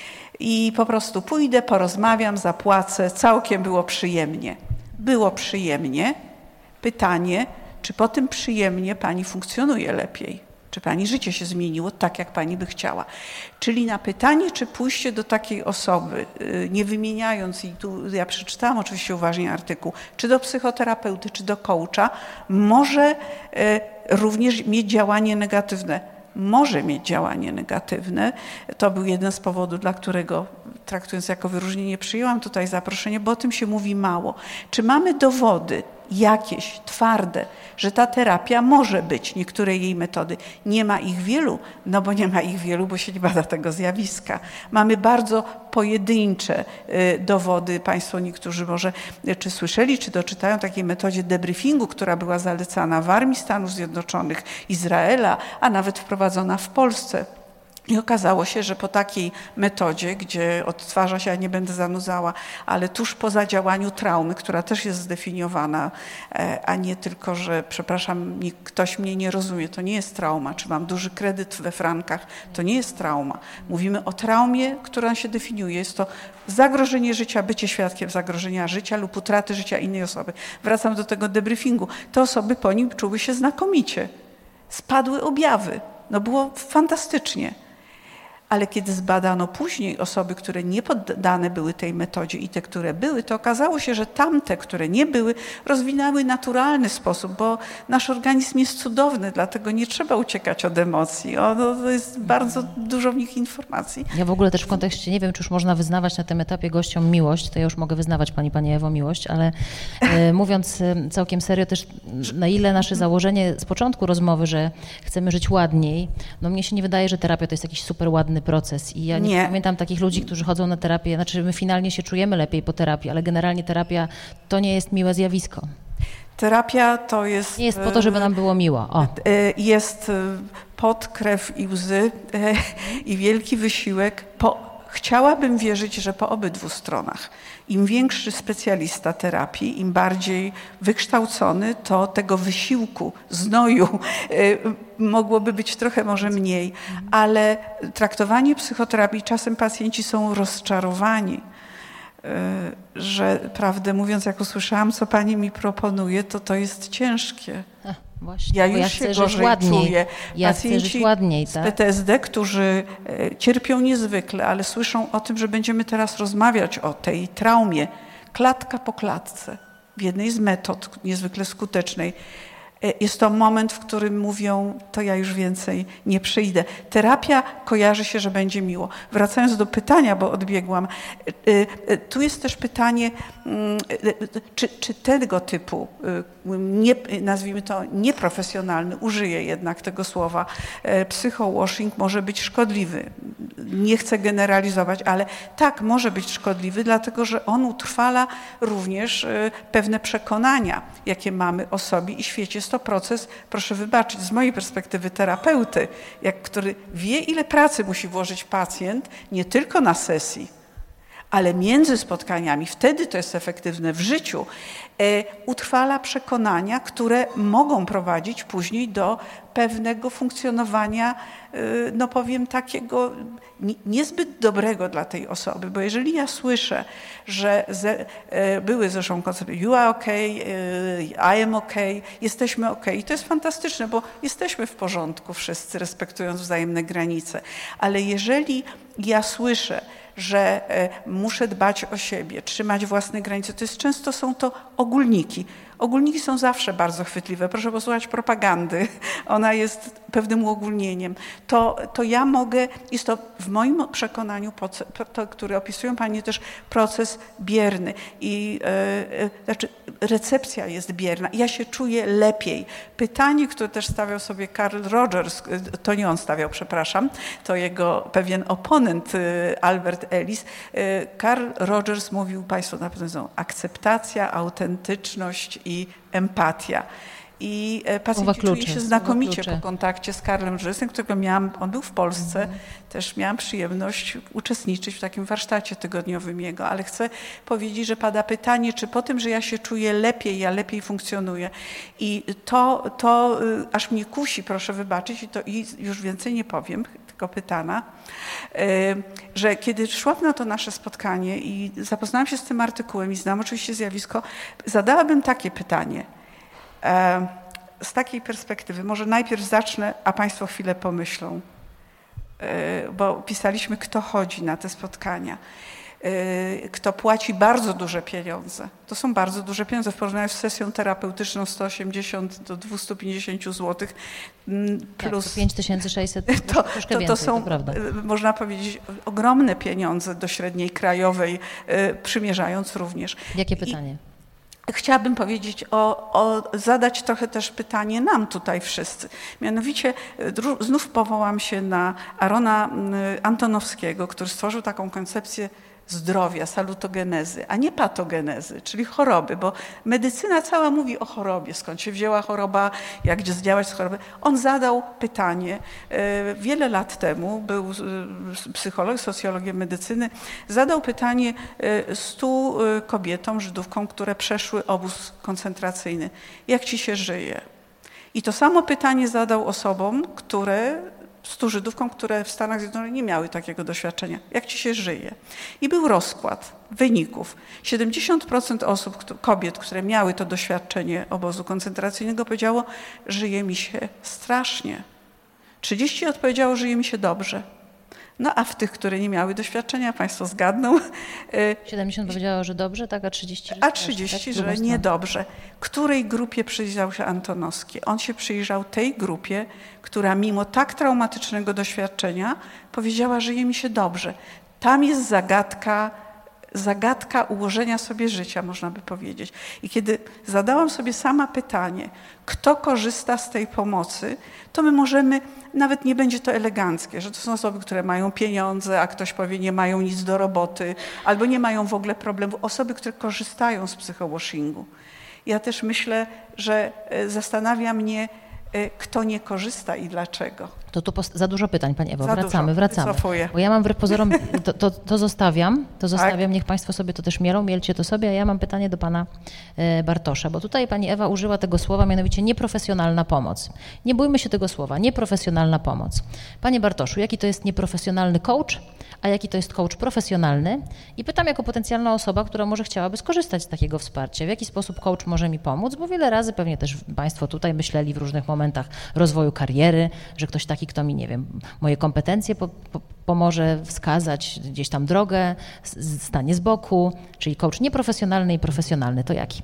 I po prostu pójdę, porozmawiam, zapłacę, całkiem było przyjemnie. Było przyjemnie. Pytanie, czy po tym przyjemnie pani funkcjonuje lepiej? Czy pani życie się zmieniło tak, jak pani by chciała? Czyli na pytanie, czy pójście do takiej osoby, nie wymieniając, i tu ja przeczytałam oczywiście uważnie artykuł, czy do psychoterapeuty, czy do coacha, może również mieć działanie negatywne. Może mieć działanie negatywne. To był jeden z powodów, dla którego, traktując jako wyróżnienie, przyjęłam tutaj zaproszenie, bo o tym się mówi mało. Czy mamy dowody jakieś twarde, że ta terapia może być, niektóre jej metody. Nie ma ich wielu, no bo nie ma ich wielu, bo się nie bada tego zjawiska. Mamy bardzo pojedyncze dowody. Państwo niektórzy może czy słyszeli, czy doczytają takiej metodzie debriefingu, która była zalecana w armii Stanów Zjednoczonych, Izraela, a nawet wprowadzona w Polsce. I okazało się, że po takiej metodzie, gdzie odtwarza się, ja nie będę zanudzała, ale tuż po zadziałaniu traumy, która też jest zdefiniowana, a nie tylko, że przepraszam, ktoś mnie nie rozumie, to nie jest trauma, czy mam duży kredyt we frankach, to nie jest trauma. Mówimy o traumie, która się definiuje. Jest to zagrożenie życia, bycie świadkiem zagrożenia życia lub utraty życia innej osoby. Wracam do tego debriefingu. Te osoby po nim czuły się znakomicie. Spadły objawy. No było fantastycznie. Ale kiedy zbadano później osoby, które nie poddane były tej metodzie i te, które były, to okazało się, że tamte, które nie były, rozwinęły naturalny sposób, bo nasz organizm jest cudowny, dlatego nie trzeba uciekać od emocji. O, no, to jest bardzo dużo w nich informacji. Ja w ogóle też w kontekście, nie wiem, czy już można wyznawać na tym etapie gościom miłość, to ja już mogę wyznawać pani, pani Ewo, miłość, ale e, mówiąc e, całkiem serio też, na ile nasze założenie z początku rozmowy, że chcemy żyć ładniej, no mnie się nie wydaje, że terapia to jest jakiś super ładny proces i ja nie, nie pamiętam takich ludzi, którzy chodzą na terapię, znaczy my finalnie się czujemy lepiej po terapii, ale generalnie terapia to nie jest miłe zjawisko. Terapia to jest... Nie jest po to, żeby nam było miło. O. Jest pot, krew i łzy i wielki wysiłek. Po, chciałabym wierzyć, że po obydwu stronach. Im większy specjalista terapii, im bardziej wykształcony, to tego wysiłku, znoju mogłoby być trochę może mniej. Ale traktowanie psychoterapii, czasem pacjenci są rozczarowani, że prawdę mówiąc, jak usłyszałam, co pani mi proponuje, to to jest ciężkie. Ach, właśnie, ja już ja się chcę gorzej żyć ładniej. czuję. Ja chcę żyć ładniej, tak? z P T S D, którzy cierpią niezwykle, ale słyszą o tym, że będziemy teraz rozmawiać o tej traumie, klatka po klatce, w jednej z metod niezwykle skutecznej. Jest to moment, w którym mówią, to ja już więcej nie przyjdę. Terapia kojarzy się, że będzie miło. Wracając do pytania, bo odbiegłam, tu jest też pytanie, czy, czy tego typu, nie, nazwijmy to nieprofesjonalny, użyję jednak tego słowa, psychowashing może być szkodliwy. Nie chcę generalizować, ale tak, może być szkodliwy, dlatego że on utrwala również pewne przekonania, jakie mamy o sobie i świecie. Jest to proces, proszę wybaczyć, z mojej perspektywy terapeuty, jak, który wie, ile pracy musi włożyć pacjent, nie tylko na sesji, ale między spotkaniami, wtedy to jest efektywne w życiu, e, utrwala przekonania, które mogą prowadzić później do pewnego funkcjonowania, e, no powiem, takiego nie, niezbyt dobrego dla tej osoby, bo jeżeli ja słyszę, że ze, e, były zresztą koncepty you are okay, e, I am okay, jesteśmy okay, i to jest fantastyczne, bo jesteśmy w porządku wszyscy, respektując wzajemne granice, ale jeżeli ja słyszę, że muszę dbać o siebie, trzymać własne granice. To jest często są to ogólniki. Ogólniki są zawsze bardzo chwytliwe. Proszę posłuchać propagandy. Ona jest pewnym uogólnieniem. To, to ja mogę, jest to w moim przekonaniu, to, który opisują Panie też, proces bierny. I e, znaczy recepcja jest bierna. Ja się czuję lepiej. Pytanie, które też stawiał sobie Carl Rogers, to nie on stawiał, przepraszam, to jego pewien oponent Albert Ellis. Carl Rogers mówił, Państwo na pewno są, akceptacja, autentyczność i empatia. I pacjenci czuli się znakomicie po kontakcie z Carlem Rogersem, którego miałam, on był w Polsce, mhm. też miałam przyjemność uczestniczyć w takim warsztacie tygodniowym jego, ale chcę powiedzieć, że pada pytanie, czy po tym, że ja się czuję lepiej, ja lepiej funkcjonuję. I to, to aż mnie kusi, proszę wybaczyć, i to i już więcej nie powiem, tylko pytana, że kiedy szłam na to nasze spotkanie i zapoznałam się z tym artykułem i znam oczywiście zjawisko, zadałabym takie pytanie. Z takiej perspektywy, może najpierw zacznę, a Państwo chwilę pomyślą, bo pisaliśmy, kto chodzi na te spotkania, kto płaci bardzo duże pieniądze. To są bardzo duże pieniądze w porównaniu z sesją terapeutyczną sto osiemdziesiąt do dwieście pięćdziesiąt złotych plus tak, pięć tysięcy sześćset, to, troszkę to, więcej, to są, to prawda. Można powiedzieć, ogromne pieniądze do średniej krajowej, przymierzając również. Jakie pytanie? I, Chciałabym powiedzieć, o, o, zadać trochę też pytanie nam tutaj wszyscy. Mianowicie znów powołam się na Arona Antonowskiego, który stworzył taką koncepcję zdrowia, salutogenezy, a nie patogenezy, czyli choroby, bo medycyna cała mówi o chorobie, skąd się wzięła choroba, jak zdziałać z choroby. On zadał pytanie wiele lat temu, był psycholog, socjologiem medycyny, zadał pytanie stu kobietom, Żydówkom, które przeszły obóz koncentracyjny. Jak ci się żyje? I to samo pytanie zadał osobom, które stu Żydówkom, które w Stanach Zjednoczonych nie miały takiego doświadczenia. Jak ci się żyje? I był rozkład wyników. siedemdziesiąt procent osób, kobiet, które miały to doświadczenie obozu koncentracyjnego, powiedziało, żyje mi się strasznie. trzydzieści procent odpowiedziało, żyje mi się dobrze. No a w tych, które nie miały doświadczenia, Państwo zgadną. siedemdziesiąt powiedziało, że dobrze, tak? A trzydzieści? A trzydzieści, tak? Że niedobrze. Której grupie przyjrzał się Antonowski? On się przyjrzał tej grupie, która mimo tak traumatycznego doświadczenia powiedziała, że je mi się dobrze. Tam jest zagadka, zagadka ułożenia sobie życia, można by powiedzieć. I kiedy zadałam sobie sama pytanie, kto korzysta z tej pomocy, to my możemy, nawet nie będzie to eleganckie, że to są osoby, które mają pieniądze, a ktoś powie, nie mają nic do roboty, albo nie mają w ogóle problemu. Osoby, które korzystają z psychowashingu. Ja też myślę, że zastanawia mnie, kto nie korzysta i dlaczego. To tu za dużo pytań, Pani Ewo. Za wracamy, dużo. wracamy. Wycofuję. Bo ja mam wbrew pozorom, to, to, to zostawiam, to zostawiam, Tak. Niech Państwo sobie to też mielą, mielcie to sobie, a ja mam pytanie do Pana Bartosza, bo tutaj Pani Ewa użyła tego słowa, mianowicie nieprofesjonalna pomoc. Nie bójmy się tego słowa, nieprofesjonalna pomoc. Panie Bartoszu, jaki to jest nieprofesjonalny coach, a jaki to jest coach profesjonalny? I pytam jako potencjalna osoba, która może chciałaby skorzystać z takiego wsparcia. W jaki sposób coach może mi pomóc? Bo wiele razy pewnie też Państwo tutaj myśleli w różnych momentach rozwoju kariery, że ktoś taki, kto mi, nie wiem, moje kompetencje po, po, pomoże wskazać gdzieś tam drogę, stanie z boku, czyli coach nieprofesjonalny i profesjonalny. To jaki?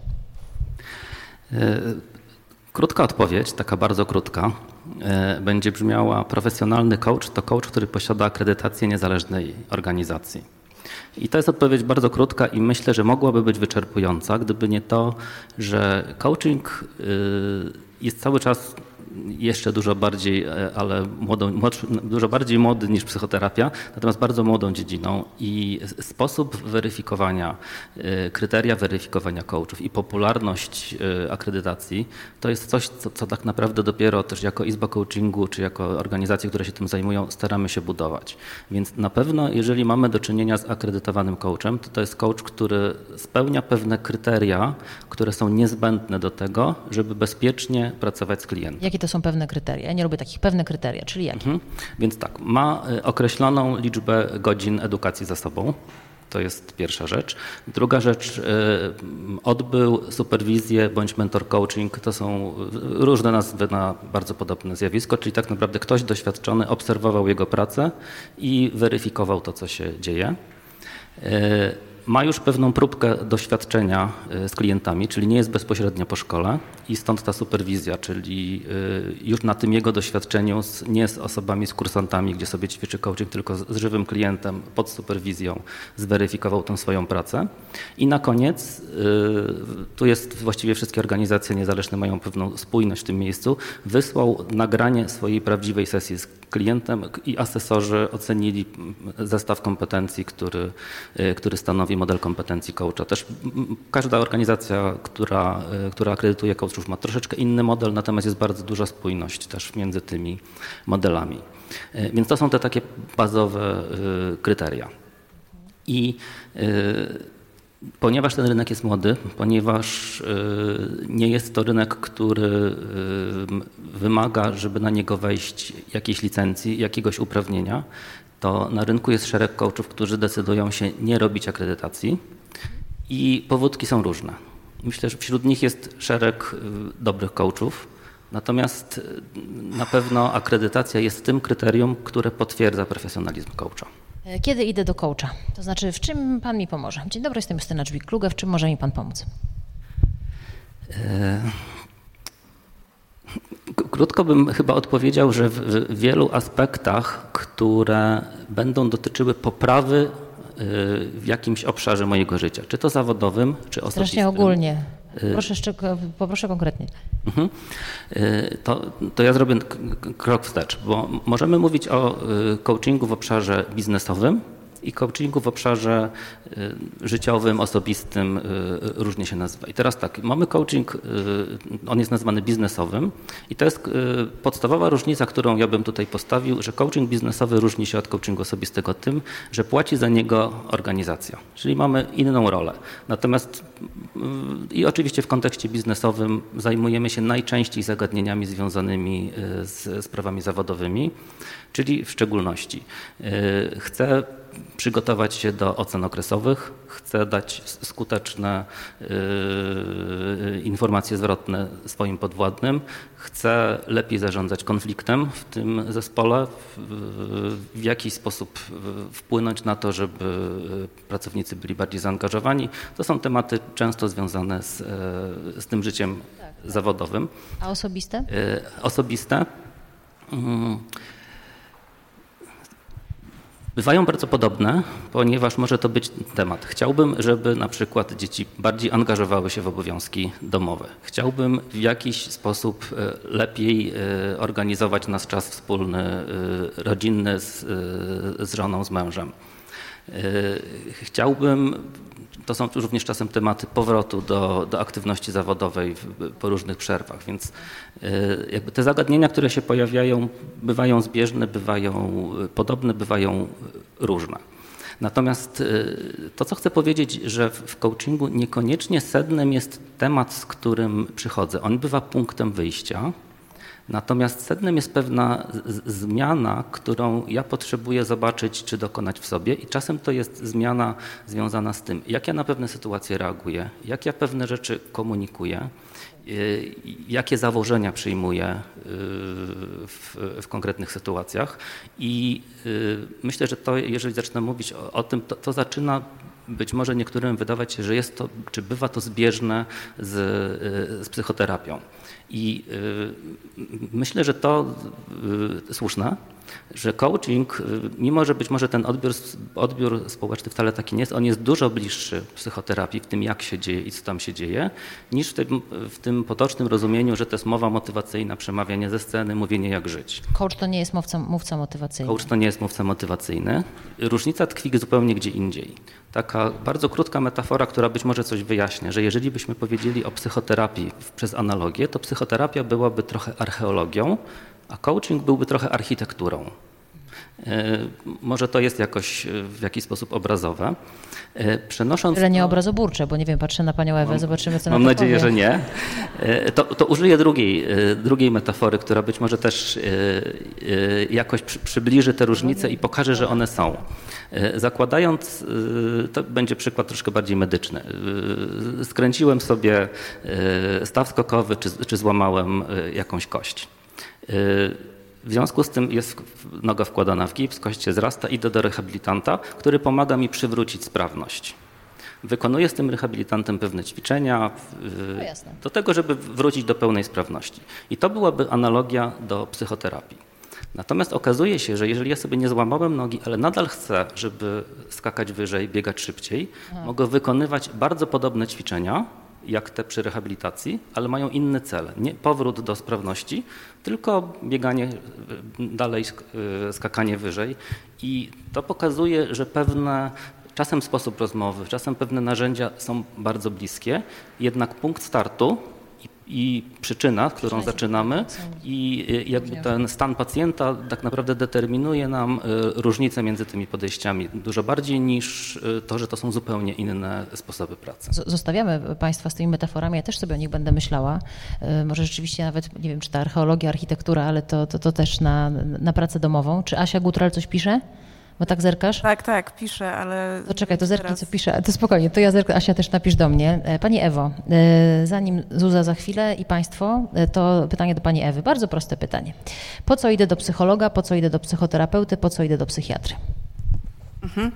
Krótka odpowiedź, taka bardzo krótka, będzie brzmiała: profesjonalny coach to coach, który posiada akredytację niezależnej organizacji. I to jest odpowiedź bardzo krótka i myślę, że mogłaby być wyczerpująca, gdyby nie to, że coaching jest cały czas jeszcze dużo bardziej, ale młodą, młodszy, dużo bardziej młody niż psychoterapia, natomiast bardzo młodą dziedziną i sposób weryfikowania, kryteria weryfikowania coachów i popularność akredytacji to jest coś, co, co tak naprawdę dopiero też jako Izba Coachingu czy jako organizacje, które się tym zajmują, staramy się budować. Więc na pewno, jeżeli mamy do czynienia z akredytowanym coachem, to to jest coach, który spełnia pewne kryteria, które są niezbędne do tego, żeby bezpiecznie pracować z klientem. Jakie to są pewne kryteria? Ja nie lubię takich pewne kryteria, czyli jakie? Mhm. Więc tak, ma określoną liczbę godzin edukacji za sobą. To jest pierwsza rzecz. Druga rzecz, odbył superwizję bądź mentor coaching. To są różne nazwy na bardzo podobne zjawisko, czyli tak naprawdę ktoś doświadczony obserwował jego pracę i weryfikował to, co się dzieje. Ma już pewną próbkę doświadczenia z klientami, czyli nie jest bezpośrednio po szkole i stąd ta superwizja, czyli już na tym jego doświadczeniu nie z osobami, z kursantami, gdzie sobie ćwiczy coaching, tylko z żywym klientem pod superwizją zweryfikował tą swoją pracę. I na koniec, tu jest właściwie wszystkie organizacje niezależne mają pewną spójność w tym miejscu, wysłał nagranie swojej prawdziwej sesji z klientem i asesorzy ocenili zestaw kompetencji, który, który stanowi model kompetencji coacha. Też każda organizacja, która, która akredytuje coachów, ma troszeczkę inny model, natomiast jest bardzo duża spójność też między tymi modelami. Więc to są te takie bazowe kryteria. I ponieważ ten rynek jest młody, ponieważ nie jest to rynek, który wymaga, żeby na niego wejść jakiejś licencji, jakiegoś uprawnienia, to na rynku jest szereg coachów, którzy decydują się nie robić akredytacji i powódki są różne. Myślę, że wśród nich jest szereg dobrych coachów, natomiast na pewno akredytacja jest tym kryterium, które potwierdza profesjonalizm coacha. Kiedy idę do coacha? To znaczy, w czym Pan mi pomoże? Dzień dobry, jestem Justyna Dźwig-Kluge, w czym może mi Pan pomóc? Krótko bym chyba odpowiedział, że w wielu aspektach, które będą dotyczyły poprawy w jakimś obszarze mojego życia, czy to zawodowym, czy osobistym. Strasznie ogólnie. Proszę, jeszcze, poproszę konkretnie. Mhm. To, to ja zrobię krok wstecz, bo możemy mówić o coachingu w obszarze biznesowym i coachingu w obszarze życiowym, osobistym, różnie się nazywa. I teraz tak, mamy coaching, on jest nazwany biznesowym i to jest podstawowa różnica, którą ja bym tutaj postawił, że coaching biznesowy różni się od coachingu osobistego tym, że płaci za niego organizacja, czyli mamy inną rolę. Natomiast i oczywiście w kontekście biznesowym zajmujemy się najczęściej zagadnieniami związanymi z sprawami zawodowymi, czyli w szczególności chcę przygotować się do ocen okresowych, chcę dać skuteczne yy, informacje zwrotne swoim podwładnym, chcę lepiej zarządzać konfliktem w tym zespole, w, w jakiś sposób wpłynąć na to, żeby pracownicy byli bardziej zaangażowani. To są tematy często związane z, z tym życiem tak, zawodowym. A osobiste? Yy, osobiste. Yy. Bywają bardzo podobne, ponieważ może to być temat. Chciałbym, żeby na przykład dzieci bardziej angażowały się w obowiązki domowe. Chciałbym w jakiś sposób lepiej organizować nasz czas wspólny, rodzinny z, z żoną, z mężem. Chciałbym, to są również czasem tematy powrotu do, do aktywności zawodowej po różnych przerwach, więc jakby te zagadnienia, które się pojawiają, bywają zbieżne, bywają podobne, bywają różne. Natomiast to, co chcę powiedzieć, że w coachingu niekoniecznie sednem jest temat, z którym przychodzę. On bywa punktem wyjścia. Natomiast sednem jest pewna zmiana, którą ja potrzebuję zobaczyć czy dokonać w sobie i czasem to jest zmiana związana z tym, jak ja na pewne sytuacje reaguję, jak ja pewne rzeczy komunikuję, jakie założenia przyjmuję w, w konkretnych sytuacjach i myślę, że to, jeżeli zacznę mówić o, o tym, to, to zaczyna być może niektórym wydawać się, że jest to, czy bywa to zbieżne z, z psychoterapią. I y, myślę, że to y, słuszne, że coaching, y, mimo że być może ten odbiór, odbiór społeczny wcale taki nie jest, on jest dużo bliższy psychoterapii w tym, jak się dzieje i co tam się dzieje, niż w tym, w tym potocznym rozumieniu, że to jest mowa motywacyjna, przemawianie ze sceny, mówienie jak żyć. Coach to nie jest mówca, mówca motywacyjny. Coach to nie jest mówca motywacyjny. Różnica tkwi zupełnie gdzie indziej. Taka bardzo krótka metafora, która być może coś wyjaśnia, że jeżeli byśmy powiedzieli o psychoterapii przez analogię, to psychoterapia byłaby trochę archeologią, a coaching byłby trochę architekturą. Może to jest jakoś w jakiś sposób obrazowe. Przenosząc Ale nie to, obrazoburcze, bo nie wiem, patrzę na panią Ewę, mam, zobaczymy co na to Mam nadzieję, powie. że nie. To, to użyję drugiej, drugiej metafory, która być może też jakoś przybliży te różnice i pokaże, że one są. Zakładając, to będzie przykład troszkę bardziej medyczny. Skręciłem sobie staw skokowy czy, czy złamałem jakąś kość. W związku z tym jest noga wkładana w gips, kość się zrasta, idę do rehabilitanta, który pomaga mi przywrócić sprawność. Wykonuję z tym rehabilitantem pewne ćwiczenia no jasne. do tego, żeby wrócić do pełnej sprawności. I to byłaby analogia do psychoterapii. Natomiast okazuje się, że jeżeli ja sobie nie złamałem nogi, ale nadal chcę, żeby skakać wyżej, biegać szybciej, Aha. mogę wykonywać bardzo podobne ćwiczenia, jak te przy rehabilitacji, ale mają inny cel. Nie powrót do sprawności, tylko bieganie dalej, skakanie wyżej. I to pokazuje, że pewne, czasem sposób rozmowy, czasem pewne narzędzia są bardzo bliskie, jednak punkt startu i, i przyczyna, którą zaczynamy i jakby ten stan pacjenta tak naprawdę determinuje nam różnicę między tymi podejściami dużo bardziej niż to, że to są zupełnie inne sposoby pracy. Zostawiamy Państwa z tymi metaforami, ja też sobie o nich będę myślała. Może rzeczywiście nawet, nie wiem, czy ta archeologia, architektura, ale to, to, to też na, na pracę domową. Czy Asia Gutral coś pisze? Bo tak zerkasz? Tak, tak, piszę, ale... To czekaj, to zerknij, teraz... co pisze. To spokojnie, to ja zerknę. Asia, też napisz do mnie. Pani Ewo, zanim Zuza za chwilę i Państwo, to pytanie do Pani Ewy. Bardzo proste pytanie. Po co idę do psychologa, po co idę do psychoterapeuty, po co idę do psychiatry? Mhm.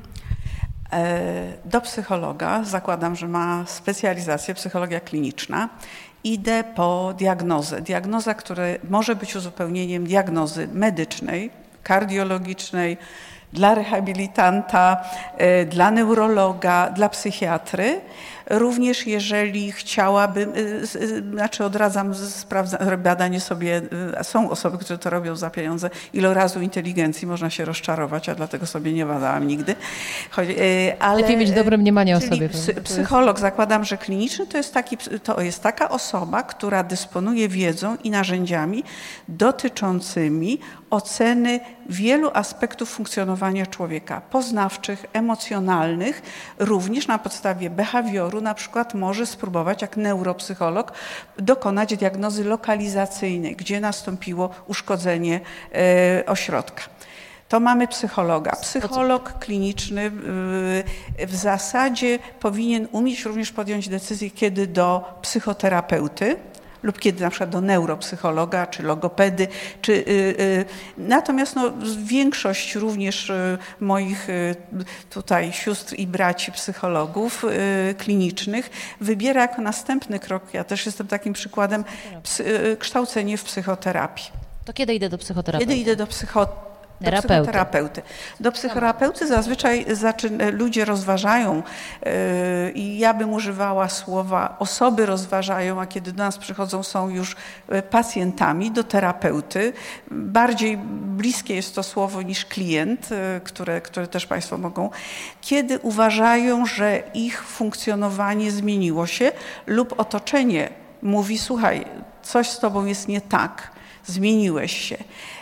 Do psychologa, zakładam, że ma specjalizację psychologia kliniczna. Idę po diagnozę. Diagnoza, która może być uzupełnieniem diagnozy medycznej, kardiologicznej, dla rehabilitanta, dla neurologa, dla psychiatry. Również jeżeli chciałabym, znaczy odradzam sprawdza, badanie sobie, są osoby, które to robią za pieniądze, ilorazu inteligencji można się rozczarować, a dlatego sobie nie badałam nigdy. Chodzi, ale, lepiej mieć dobre mniemanie o sobie. Psycholog, zakładam, że kliniczny to jest, taki, to jest taka osoba, która dysponuje wiedzą i narzędziami dotyczącymi oceny wielu aspektów funkcjonowania człowieka, poznawczych, emocjonalnych, również na podstawie behawioru, na przykład może spróbować, jak neuropsycholog, dokonać diagnozy lokalizacyjnej, gdzie nastąpiło uszkodzenie e, ośrodka. to mamy psychologa. Psycholog kliniczny w zasadzie powinien umieć również podjąć decyzję, kiedy do psychoterapeuty lub kiedy na przykład do neuropsychologa, czy logopedy, czy, y, y, natomiast no, większość również y, moich y, tutaj sióstr i braci psychologów y, klinicznych wybiera jako następny krok, ja też jestem takim przykładem, psy, y, kształcenie w psychoterapii. To kiedy idę do psychoterapeuty? Kiedy idę do psychoterapeuty? Do psychoterapeuty. Do psychoterapeuty zazwyczaj zaczyn- ludzie rozważają yy, i ja bym używała słowa osoby rozważają, a kiedy do nas przychodzą, są już pacjentami do terapeuty. Bardziej bliskie jest to słowo niż klient, yy, które, które też Państwo mogą, kiedy uważają, że ich funkcjonowanie zmieniło się lub otoczenie mówi, słuchaj, coś z tobą jest nie tak, zmieniłeś się.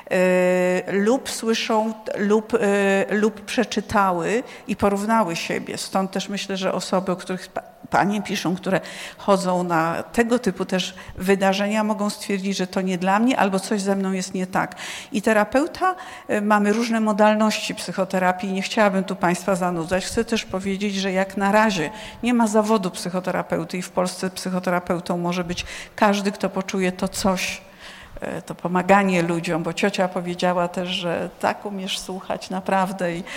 Lub słyszą, lub, lub przeczytały i porównały siebie. Stąd też myślę, że osoby, o których panie piszą, które chodzą na tego typu też wydarzenia, mogą stwierdzić, że to nie dla mnie albo coś ze mną jest nie tak. I terapeuta, mamy różne modalności psychoterapii, nie chciałabym tu Państwa zanudzać. Chcę też powiedzieć, że jak na razie nie ma zawodu psychoterapeuty i w Polsce psychoterapeutą może być każdy, kto poczuje to coś, to pomaganie ludziom, bo ciocia powiedziała też, że tak umiesz słuchać naprawdę i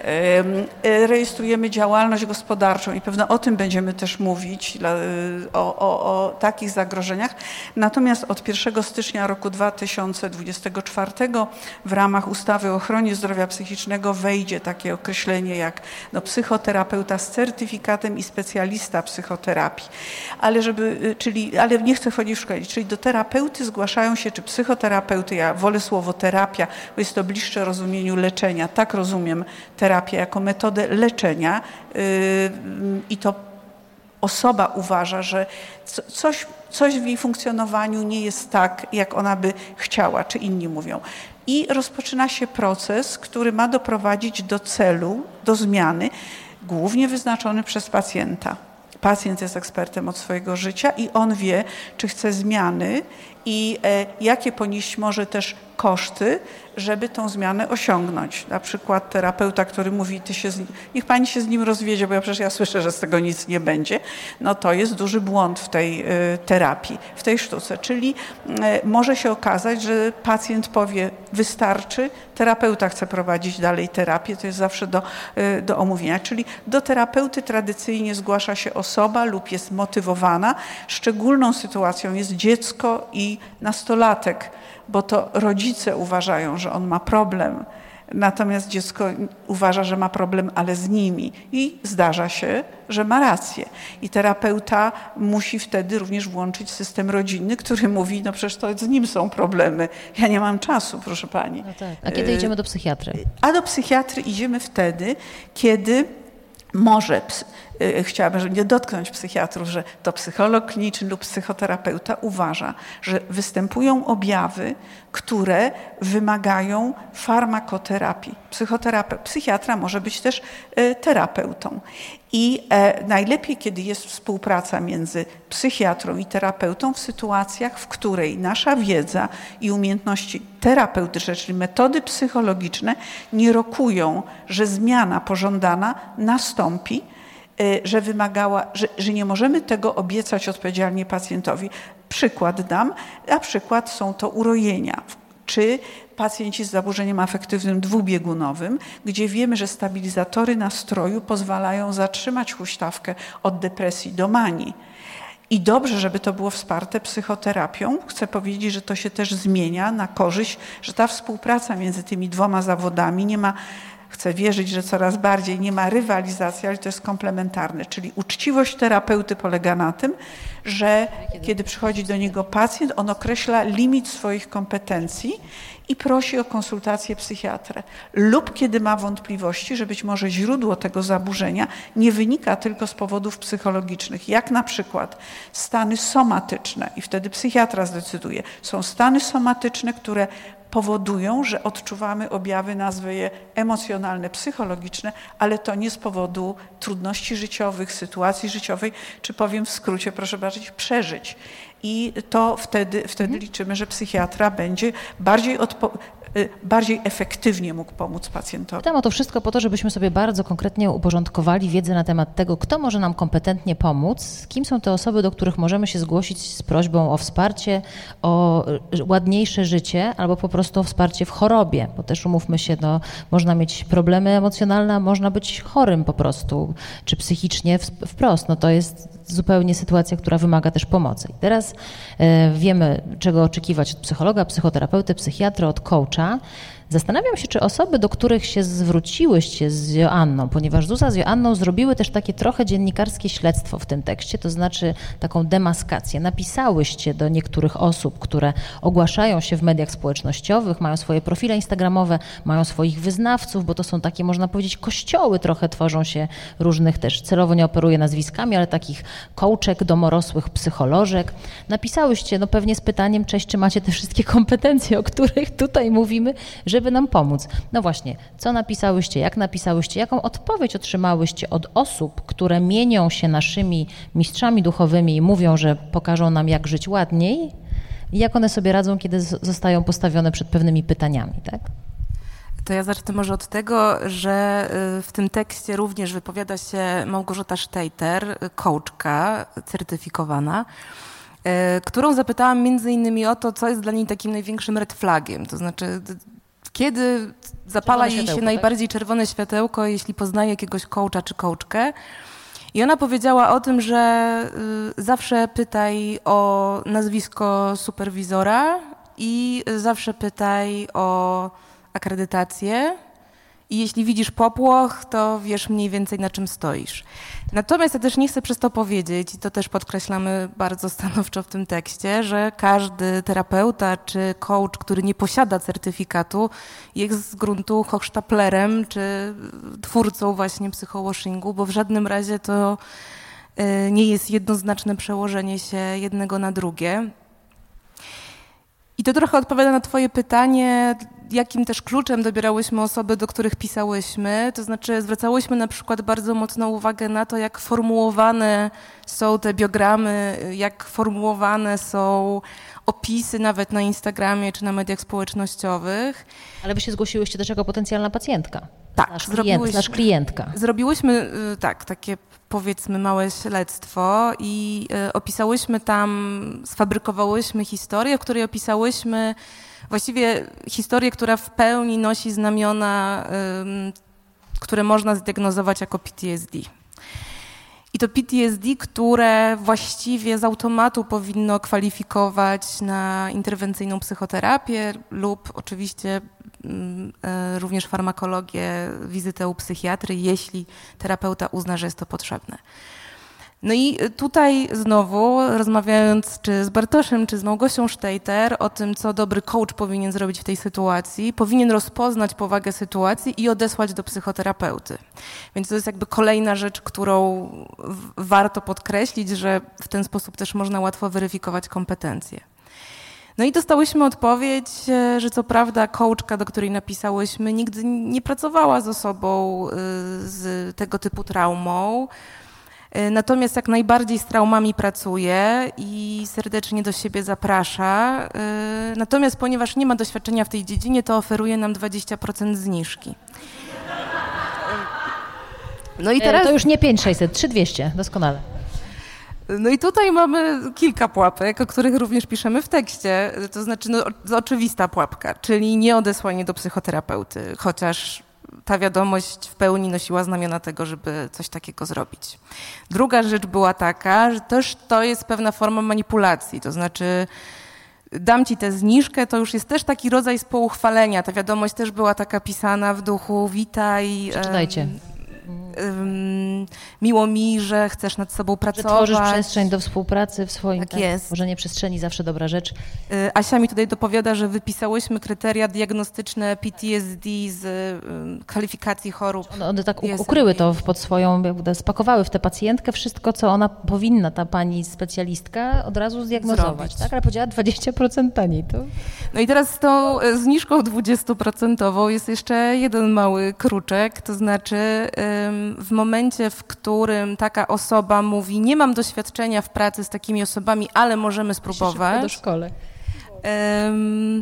e, rejestrujemy działalność gospodarczą i pewno o tym będziemy też mówić, o, o, o takich zagrożeniach. Natomiast od pierwszego stycznia roku dwa tysiące dwudziestego czwartego w ramach ustawy o ochronie zdrowia psychicznego wejdzie takie określenie jak no, psychoterapeuta z certyfikatem i specjalista psychoterapii. Ale żeby, czyli, ale nie chcę wchodzić w szkole, czyli do terapeuty zgłaszają się czy psychoterapeuty, ja wolę słowo terapia, bo jest to bliższe rozumieniu leczenia. Tak rozumiem terapię jako metodę leczenia yy, i to osoba uważa, że coś, coś w jej funkcjonowaniu nie jest tak, jak ona by chciała, czy inni mówią. I rozpoczyna się proces, który ma doprowadzić do celu, do zmiany, głównie wyznaczony przez pacjenta. Pacjent jest ekspertem od swojego życia i on wie, czy chce zmiany i e, jakie ponieść może też koszty, żeby tą zmianę osiągnąć. Na przykład terapeuta, który mówi, ty się z nim, niech pani się z nim rozwiedzie, bo ja przecież ja słyszę, że z tego nic nie będzie. No to jest duży błąd w tej y, terapii, w tej sztuce. Czyli y, może się okazać, że pacjent powie, wystarczy, terapeuta chce prowadzić dalej terapię, to jest zawsze do, y, do omówienia. Czyli do terapeuty tradycyjnie zgłasza się osoba lub jest motywowana. Szczególną sytuacją jest dziecko i nastolatek, bo to rodzice uważają, że on ma problem, natomiast dziecko uważa, że ma problem, ale z nimi. I zdarza się, że ma rację. I terapeuta musi wtedy również włączyć system rodzinny, który mówi, no przecież to z nim są problemy. Ja nie mam czasu, proszę pani. No tak. A kiedy idziemy do psychiatry? A do psychiatry idziemy wtedy, kiedy może, chciałabym żeby nie dotknąć psychiatrów, że to psycholog kliniczny lub psychoterapeuta uważa, że występują objawy, które wymagają farmakoterapii. Psychoterape- psychiatra może być też terapeutą. I e, najlepiej, kiedy jest współpraca między psychiatrą i terapeutą w sytuacjach, w której nasza wiedza i umiejętności terapeutyczne, czyli metody psychologiczne nie rokują, że zmiana pożądana nastąpi, e, że wymagała, że, że nie możemy tego obiecać odpowiedzialnie pacjentowi. Przykład dam, a przykład są to urojenia. Czy pacjenci z zaburzeniem afektywnym dwubiegunowym, gdzie wiemy, że stabilizatory nastroju pozwalają zatrzymać huśtawkę od depresji do manii. I dobrze, żeby to było wsparte psychoterapią. Chcę powiedzieć, że to się też zmienia na korzyść, że ta współpraca między tymi dwoma zawodami nie ma, chcę wierzyć, że coraz bardziej nie ma rywalizacji, ale to jest komplementarne. Czyli uczciwość terapeuty polega na tym, że kiedy przychodzi do niego pacjent, on określa limit swoich kompetencji i prosi o konsultację psychiatrę. Lub kiedy ma wątpliwości, że być może źródło tego zaburzenia nie wynika tylko z powodów psychologicznych, jak na przykład stany somatyczne i wtedy psychiatra zdecyduje. Są stany somatyczne, które powodują, że odczuwamy objawy, nazwę je emocjonalne, psychologiczne, ale to nie z powodu trudności życiowych, sytuacji życiowej, czy powiem w skrócie, proszę zobaczyć, przeżyć. I to wtedy, wtedy liczymy, że psychiatra będzie bardziej odpo- bardziej efektywnie mógł pomóc pacjentowi. Pytam o to wszystko po to, żebyśmy sobie bardzo konkretnie uporządkowali wiedzę na temat tego, kto może nam kompetentnie pomóc, kim są te osoby, do których możemy się zgłosić z prośbą o wsparcie, o ładniejsze życie albo po prostu o wsparcie w chorobie, bo też umówmy się, no, można mieć problemy emocjonalne, a można być chorym po prostu, czy psychicznie wprost. No to jest zupełnie sytuacja, która wymaga też pomocy. I teraz e, wiemy, czego oczekiwać od psychologa, psychoterapeuty, psychiatry, od coacha. Zastanawiam się, czy osoby, do których się zwróciłyście z Joanną, ponieważ Zuza z Joanną zrobiły też takie trochę dziennikarskie śledztwo w tym tekście, to znaczy taką demaskację. Napisałyście do niektórych osób, które ogłaszają się w mediach społecznościowych, mają swoje profile instagramowe, mają swoich wyznawców, bo to są takie, można powiedzieć, kościoły trochę tworzą się różnych też, celowo nie operuję nazwiskami, ale takich coachek, domorosłych psycholożek. Napisałyście, no pewnie z pytaniem, cześć, czy macie te wszystkie kompetencje, o których tutaj mówimy, że żeby nam pomóc. No właśnie, co napisałyście, jak napisałyście, jaką odpowiedź otrzymałyście od osób, które mienią się naszymi mistrzami duchowymi i mówią, że pokażą nam, jak żyć ładniej i jak one sobie radzą, kiedy zostają postawione przed pewnymi pytaniami, tak? To ja zacznę może od tego, że w tym tekście również wypowiada się Małgorzata Sztejter, coachka certyfikowana, którą zapytałam między innymi o to, co jest dla niej takim największym red flagiem, to znaczy kiedy zapala jej się najbardziej czerwone światełko, jeśli poznaje jakiegoś coacha czy coachkę. I ona powiedziała o tym, że y, zawsze pytaj o nazwisko superwizora i zawsze pytaj o akredytację. I jeśli widzisz popłoch, to wiesz mniej więcej, na czym stoisz. Natomiast ja też nie chcę przez to powiedzieć, i to też podkreślamy bardzo stanowczo w tym tekście, że każdy terapeuta czy coach, który nie posiada certyfikatu, jest z gruntu hochsztaplerem czy twórcą właśnie psychowashingu, bo w żadnym razie to nie jest jednoznaczne przełożenie się jednego na drugie. I to trochę odpowiada na twoje pytanie, jakim też kluczem dobierałyśmy osoby, do których pisałyśmy. To znaczy zwracałyśmy na przykład bardzo mocną uwagę na to, jak formułowane są te biogramy, jak formułowane są opisy nawet na Instagramie czy na mediach społecznościowych. Ale wy się zgłosiłyście też jako potencjalna pacjentka. Tak, nasz klient, nasz klientka. Zrobiłyśmy tak, takie powiedzmy małe śledztwo i y, opisałyśmy tam, sfabrykowałyśmy historię, w której opisałyśmy właściwie historię, która w pełni nosi znamiona, y, które można zdiagnozować jako P T S D. I to P T S D, które właściwie z automatu powinno kwalifikować na interwencyjną psychoterapię lub oczywiście również farmakologię, wizytę u psychiatry, jeśli terapeuta uzna, że jest to potrzebne. No i tutaj znowu, rozmawiając czy z Bartoszem, czy z Małgosią Sztejter o tym, co dobry coach powinien zrobić w tej sytuacji, powinien rozpoznać powagę sytuacji i odesłać do psychoterapeuty. Więc to jest jakby kolejna rzecz, którą warto podkreślić, że w ten sposób też można łatwo weryfikować kompetencje. No i dostałyśmy odpowiedź, że co prawda coachka, do której napisałyśmy, nigdy nie pracowała z osobą z tego typu traumą, natomiast jak najbardziej z traumami pracuje i serdecznie do siebie zaprasza. Natomiast ponieważ nie ma doświadczenia w tej dziedzinie, to oferuje nam dwadzieścia procent zniżki. No i teraz... To już nie pięć tysięcy sześćset, trzy tysiące dwieście, doskonale. No i tutaj mamy kilka pułapek, o których również piszemy w tekście, to znaczy no, oczywista pułapka, czyli nieodesłanie do psychoterapeuty, chociaż ta wiadomość w pełni nosiła znamiona tego, żeby coś takiego zrobić. Druga rzecz była taka, że też to jest pewna forma manipulacji, to znaczy dam ci tę zniżkę, to już jest też taki rodzaj spouchwalenia. Ta wiadomość też była taka pisana w duchu witaj. Przeczytajcie. Um, miło mi, że chcesz nad sobą pracować. Że tworzysz przestrzeń do współpracy w swoim, tak, tak, jest. Tworzenie przestrzeni zawsze dobra rzecz. Asia mi tutaj dopowiada, że wypisałyśmy kryteria diagnostyczne P T S D z um, kwalifikacji chorób. One, one tak u- ukryły to pod swoją, jakby spakowały w tę pacjentkę wszystko, co ona powinna, ta pani specjalistka, od razu zdiagnozować. Tak? Ale powiedziała dwadzieścia procent taniej. To... No i teraz z tą zniżką dwudziestoprocentową jest jeszcze jeden mały kruczek, to znaczy w momencie, w którym taka osoba mówi, nie mam doświadczenia w pracy z takimi osobami, ale możemy spróbować. Do szkole. Um,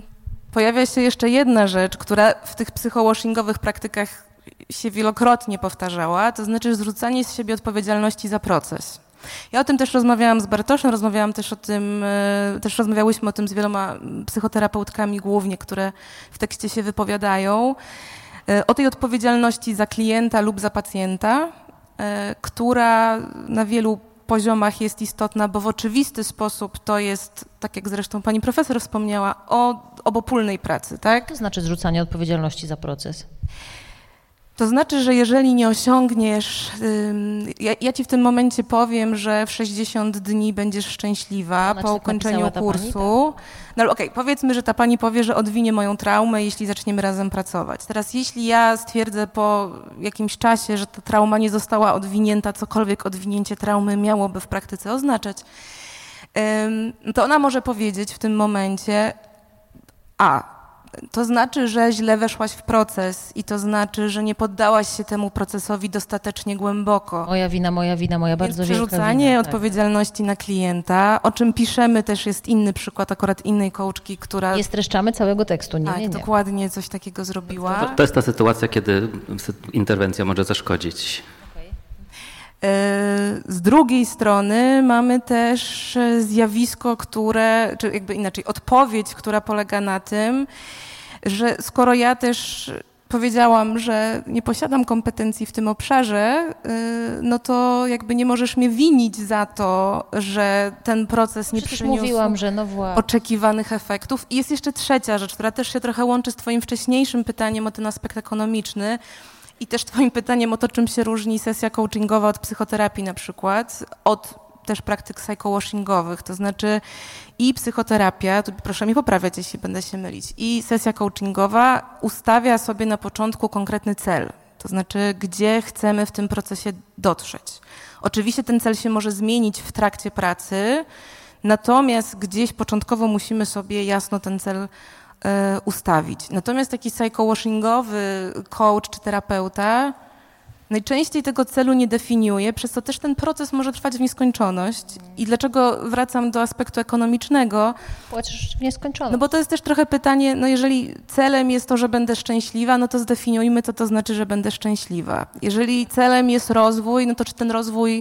pojawia się jeszcze jedna rzecz, która w tych psychowashingowych praktykach się wielokrotnie powtarzała, to znaczy zrzucanie z siebie odpowiedzialności za proces. Ja o tym też rozmawiałam z Bartoszem, rozmawiałam też o tym, też rozmawiałyśmy o tym z wieloma psychoterapeutkami głównie, które w tekście się wypowiadają, o tej odpowiedzialności za klienta lub za pacjenta, która na wielu poziomach jest istotna, bo w oczywisty sposób to jest, tak jak zresztą pani profesor wspomniała, o obopólnej pracy, tak? Co to znaczy zrzucanie odpowiedzialności za proces? To znaczy, że jeżeli nie osiągniesz, ja, ja ci w tym momencie powiem, że w sześćdziesiąt dni będziesz szczęśliwa po ukończeniu kursu. Tak? No ale okej, okay, powiedzmy, że ta pani powie, że odwinie moją traumę, jeśli zaczniemy razem pracować. Teraz jeśli ja stwierdzę po jakimś czasie, że ta trauma nie została odwinięta, cokolwiek odwinięcie traumy miałoby w praktyce oznaczać, to ona może powiedzieć w tym momencie, a to znaczy, że źle weszłaś w proces i to znaczy, że nie poddałaś się temu procesowi dostatecznie głęboko. Moja wina, moja wina, moja bardzo Więc wielka przerzucanie wina, odpowiedzialności tak. na klienta, o czym piszemy, też jest inny przykład akurat innej coachki, która... Nie streszczamy całego tekstu, nie, tak, nie, nie. dokładnie coś takiego zrobiła. To, to jest ta sytuacja, kiedy interwencja może zaszkodzić. Z drugiej strony mamy też zjawisko, które, czy jakby inaczej, odpowiedź, która polega na tym, że skoro ja też powiedziałam, że nie posiadam kompetencji w tym obszarze, no to jakby nie możesz mnie winić za to, że ten proces nie Przecież przyniósł mówiłam, że no właśnie. oczekiwanych efektów. I jest jeszcze trzecia rzecz, która też się trochę łączy z twoim wcześniejszym pytaniem o ten aspekt ekonomiczny, i też twoim pytaniem o to, czym się różni sesja coachingowa od psychoterapii na przykład, od też praktyk psychowashingowych, to znaczy i psychoterapia, tu proszę mi poprawiać, jeśli będę się mylić, i sesja coachingowa ustawia sobie na początku konkretny cel, to znaczy gdzie chcemy w tym procesie dotrzeć. Oczywiście ten cel się może zmienić w trakcie pracy, natomiast gdzieś początkowo musimy sobie jasno ten cel ustawić. Natomiast taki psychowashingowy coach czy terapeuta najczęściej tego celu nie definiuje, przez co też ten proces może trwać w nieskończoność. I dlaczego wracam do aspektu ekonomicznego? Płacisz w nieskończoność. No bo to jest też trochę pytanie, no jeżeli celem jest to, że będę szczęśliwa, no to zdefiniujmy, co to znaczy, że będę szczęśliwa. Jeżeli celem jest rozwój, no to czy ten rozwój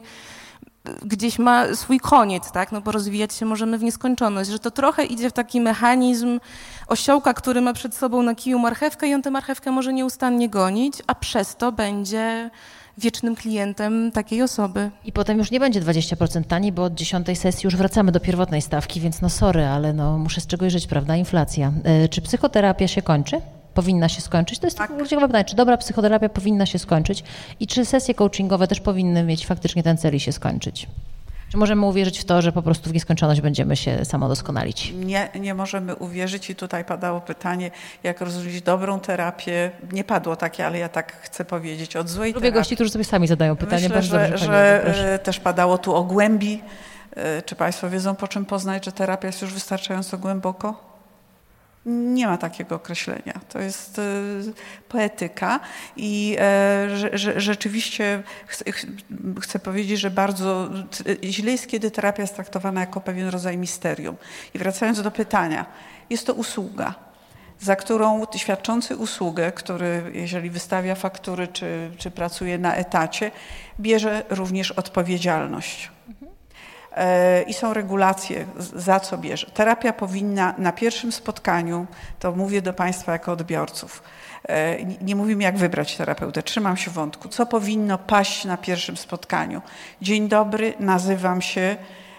gdzieś ma swój koniec, tak? No bo rozwijać się możemy w nieskończoność, że to trochę idzie w taki mechanizm osiołka, który ma przed sobą na kiju marchewkę i on tę marchewkę może nieustannie gonić, a przez to będzie wiecznym klientem takiej osoby. I potem już nie będzie dwadzieścia procent taniej, bo od dziesiątej sesji już wracamy do pierwotnej stawki, więc no sorry, ale no muszę z czegoś żyć, prawda? Inflacja. E, czy psychoterapia się kończy? Powinna się skończyć? To jest tak. Ciekawe pytanie, czy dobra psychoterapia powinna się skończyć i czy sesje coachingowe też powinny mieć faktycznie ten cel i się skończyć? Czy możemy uwierzyć w to, że po prostu w nieskończoność będziemy się samodoskonalić? Nie, nie możemy uwierzyć i tutaj padało pytanie, jak rozróżnić dobrą terapię. Nie padło takie, ale ja tak chcę powiedzieć, od złej Lubię terapii. gości, którzy sobie sami zadają pytanie. Myślę, Bardzo że, dobrze, że proszę. też padało tu o głębi. Czy Państwo wiedzą, po czym poznać, że terapia jest już wystarczająco głęboko? Nie ma takiego określenia. To jest y, poetyka i e, że, że, rzeczywiście ch, ch, chcę powiedzieć, że bardzo t, źle jest, kiedy terapia jest traktowana jako pewien rodzaj misterium. I wracając do pytania, jest to usługa, za którą świadczący usługę, który jeżeli wystawia faktury czy, czy pracuje na etacie, bierze również odpowiedzialność. I są regulacje, za co bierze. Terapia powinna na pierwszym spotkaniu, to mówię do Państwa jako odbiorców, nie mówimy jak wybrać terapeutę, trzymam się wątku, co powinno paść na pierwszym spotkaniu. Dzień dobry, nazywam się,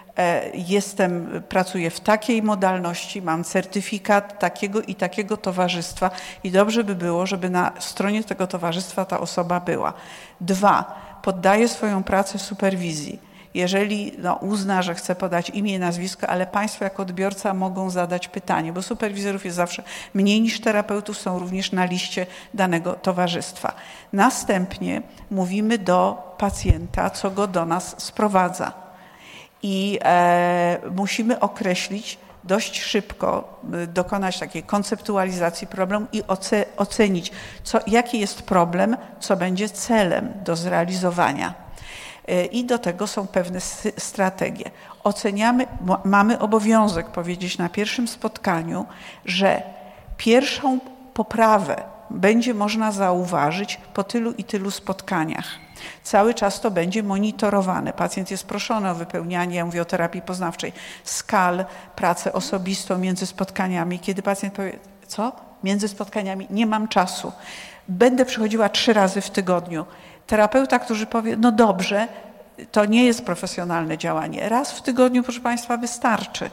jestem, pracuję w takiej modalności, mam certyfikat takiego i takiego towarzystwa i dobrze by było, żeby na stronie tego towarzystwa ta osoba była. Dwa, poddaję swoją pracę superwizji. Jeżeli no, uzna, że chce podać imię i nazwisko, ale Państwo jako odbiorca mogą zadać pytanie, bo superwizorów jest zawsze mniej niż terapeutów, są również na liście danego towarzystwa. Następnie mówimy do pacjenta, co go do nas sprowadza i e, musimy określić dość szybko, dokonać takiej konceptualizacji problemu i oce, ocenić, co, jaki jest problem, co będzie celem do zrealizowania. I do tego są pewne strategie. Oceniamy, mamy obowiązek powiedzieć na pierwszym spotkaniu, że Pierwszą poprawę będzie można zauważyć po tylu i tylu spotkaniach. Cały czas to będzie monitorowane. Pacjent jest proszony o wypełnianie, ja mówię o terapii poznawczej, skal, pracę osobistą między spotkaniami. Kiedy pacjent powie, co? Między spotkaniami nie mam czasu. Będę przychodziła trzy razy w tygodniu. Terapeuta, który powie, no dobrze, to nie jest profesjonalne działanie. Raz w tygodniu, proszę Państwa, wystarczy.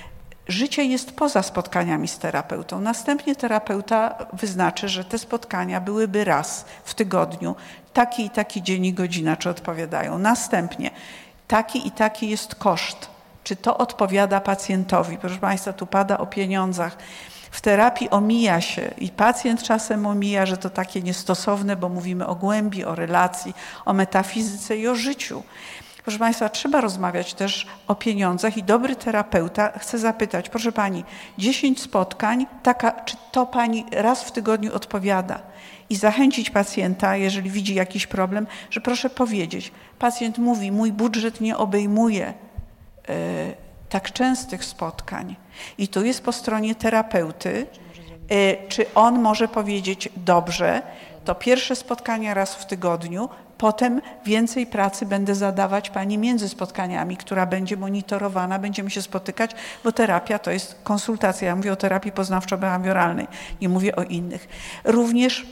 Życie jest poza spotkaniami z terapeutą. Następnie terapeuta wyznaczy, że te spotkania byłyby raz w tygodniu. Taki i taki dzień i godzina, czy odpowiadają. Następnie taki i taki jest koszt. Czy to odpowiada pacjentowi? Proszę Państwa, tu pada o pieniądzach. W terapii omija się i pacjent czasem omija, że to takie niestosowne, bo mówimy o głębi, o relacji, o metafizyce i o życiu. Proszę Państwa, trzeba rozmawiać też o pieniądzach i dobry terapeuta chce zapytać, proszę Pani, dziesięć spotkań, taka, czy to Pani raz w tygodniu odpowiada? I zachęcić pacjenta, jeżeli widzi jakiś problem, że proszę powiedzieć. Pacjent mówi, mój budżet nie obejmuje yy, tak częstych spotkań. I tu jest po stronie terapeuty, yy, czy on może powiedzieć, dobrze, to pierwsze spotkania raz w tygodniu, potem więcej pracy będę zadawać Pani między spotkaniami, która będzie monitorowana, będziemy się spotykać, bo terapia to jest konsultacja. Ja mówię o terapii poznawczo-behawioralnej, nie mówię o innych. Również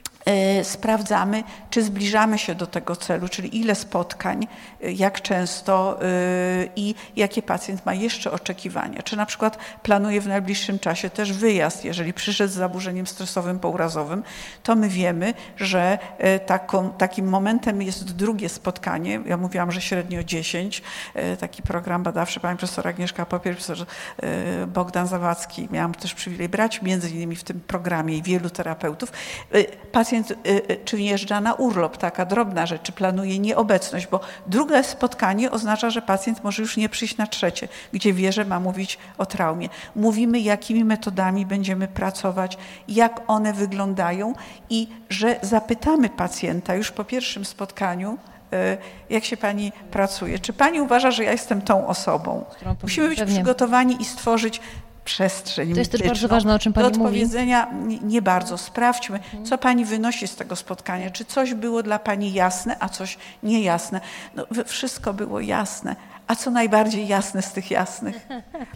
y, sprawdzamy, czy zbliżamy się do tego celu, czyli ile spotkań, y, jak często y, i jakie pacjent ma jeszcze oczekiwania. Czy na przykład planuje w najbliższym czasie też wyjazd. Jeżeli przyszedł z zaburzeniem stresowym pourazowym, to my wiemy, że y, taką, takim momentem jest drugie spotkanie. Ja mówiłam, że średnio dziesięć. Y, taki program badawczy, pani profesor Agnieszka Popiel, profesor y, Bogdan Zawadzki. Miałam też przywilej brać między innymi w tym programie i wielu terapeutów. Y, pacjent czy wjeżdża na urlop, taka drobna rzecz, czy planuje nieobecność, bo drugie spotkanie oznacza, że pacjent może już nie przyjść na trzecie, gdzie wie, że ma mówić o traumie. Mówimy, jakimi metodami będziemy pracować, jak one wyglądają i że zapytamy pacjenta już po pierwszym spotkaniu, jak się Pani pracuje. Czy Pani uważa, że ja jestem tą osobą? Musimy być Pewnie. przygotowani i stworzyć przestrzeń To jest też bardzo ważne, o czym Pani do mówi. odpowiedzenia nie, nie bardzo. Sprawdźmy, co Pani wynosi z tego spotkania. Czy coś było dla Pani jasne, a coś niejasne. No, wszystko było jasne. A co najbardziej jasne z tych jasnych?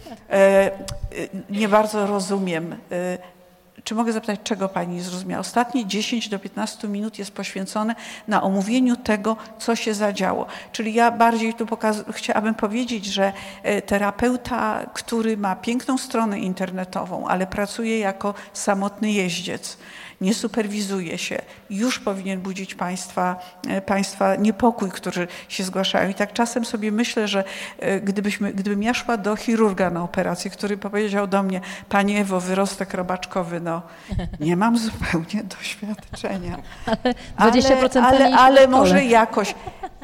E, nie bardzo rozumiem. E, Czy mogę zapytać, czego Pani nie zrozumiała? Ostatnie dziesięć do piętnastu minut jest poświęcone na omówieniu tego, co się zadziało. Czyli ja bardziej tu pokaz- chciałabym powiedzieć, że terapeuta, który ma piękną stronę internetową, ale pracuje jako samotny jeździec, nie superwizuje się, już powinien budzić państwa, państwa niepokój, którzy się zgłaszają. I tak czasem sobie myślę, że gdybyśmy, gdybym ja szła do chirurga na operację, który powiedział do mnie, Pani Ewo, wyrostek robaczkowy, no nie mam zupełnie doświadczenia. Ale dwadzieścia procent ale, ale, ale może jakoś.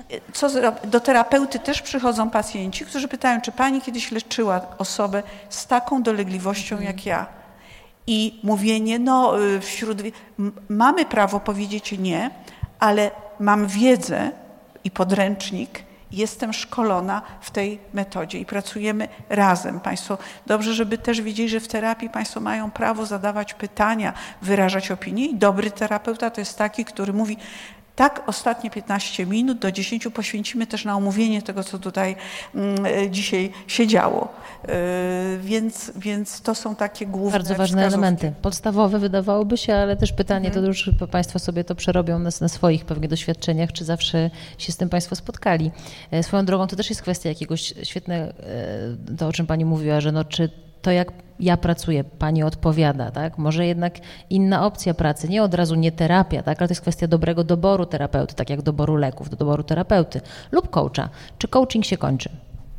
Co do terapeuty też przychodzą pacjenci, którzy pytają, czy Pani kiedyś leczyła osobę z taką dolegliwością jak ja? I mówienie, no wśród... Mamy prawo powiedzieć nie, ale mam wiedzę i podręcznik, jestem szkolona w tej metodzie i pracujemy razem. Państwo, dobrze, żeby też wiedzieli, że w terapii Państwo mają prawo zadawać pytania, wyrażać opinie i dobry terapeuta to jest taki, który mówi, tak, ostatnie piętnaście minut do dziesięciu poświęcimy też na omówienie tego, co tutaj y, dzisiaj się działo. Y, więc, więc to są takie główne Bardzo ważne wskazówki. elementy. Podstawowe wydawałoby się, ale też pytanie, hmm. to już Państwo sobie to przerobią na, na swoich pewnie doświadczeniach, czy zawsze się z tym Państwo spotkali. E, swoją drogą to też jest kwestia jakiegoś świetne, e, to o czym Pani mówiła, że no czy to jak ja pracuję, Pani odpowiada, tak? Może jednak inna opcja pracy, nie od razu nie terapia, tak? Ale to jest kwestia dobrego doboru terapeuty, tak jak doboru leków, do doboru terapeuty lub coacha. Czy coaching się kończy?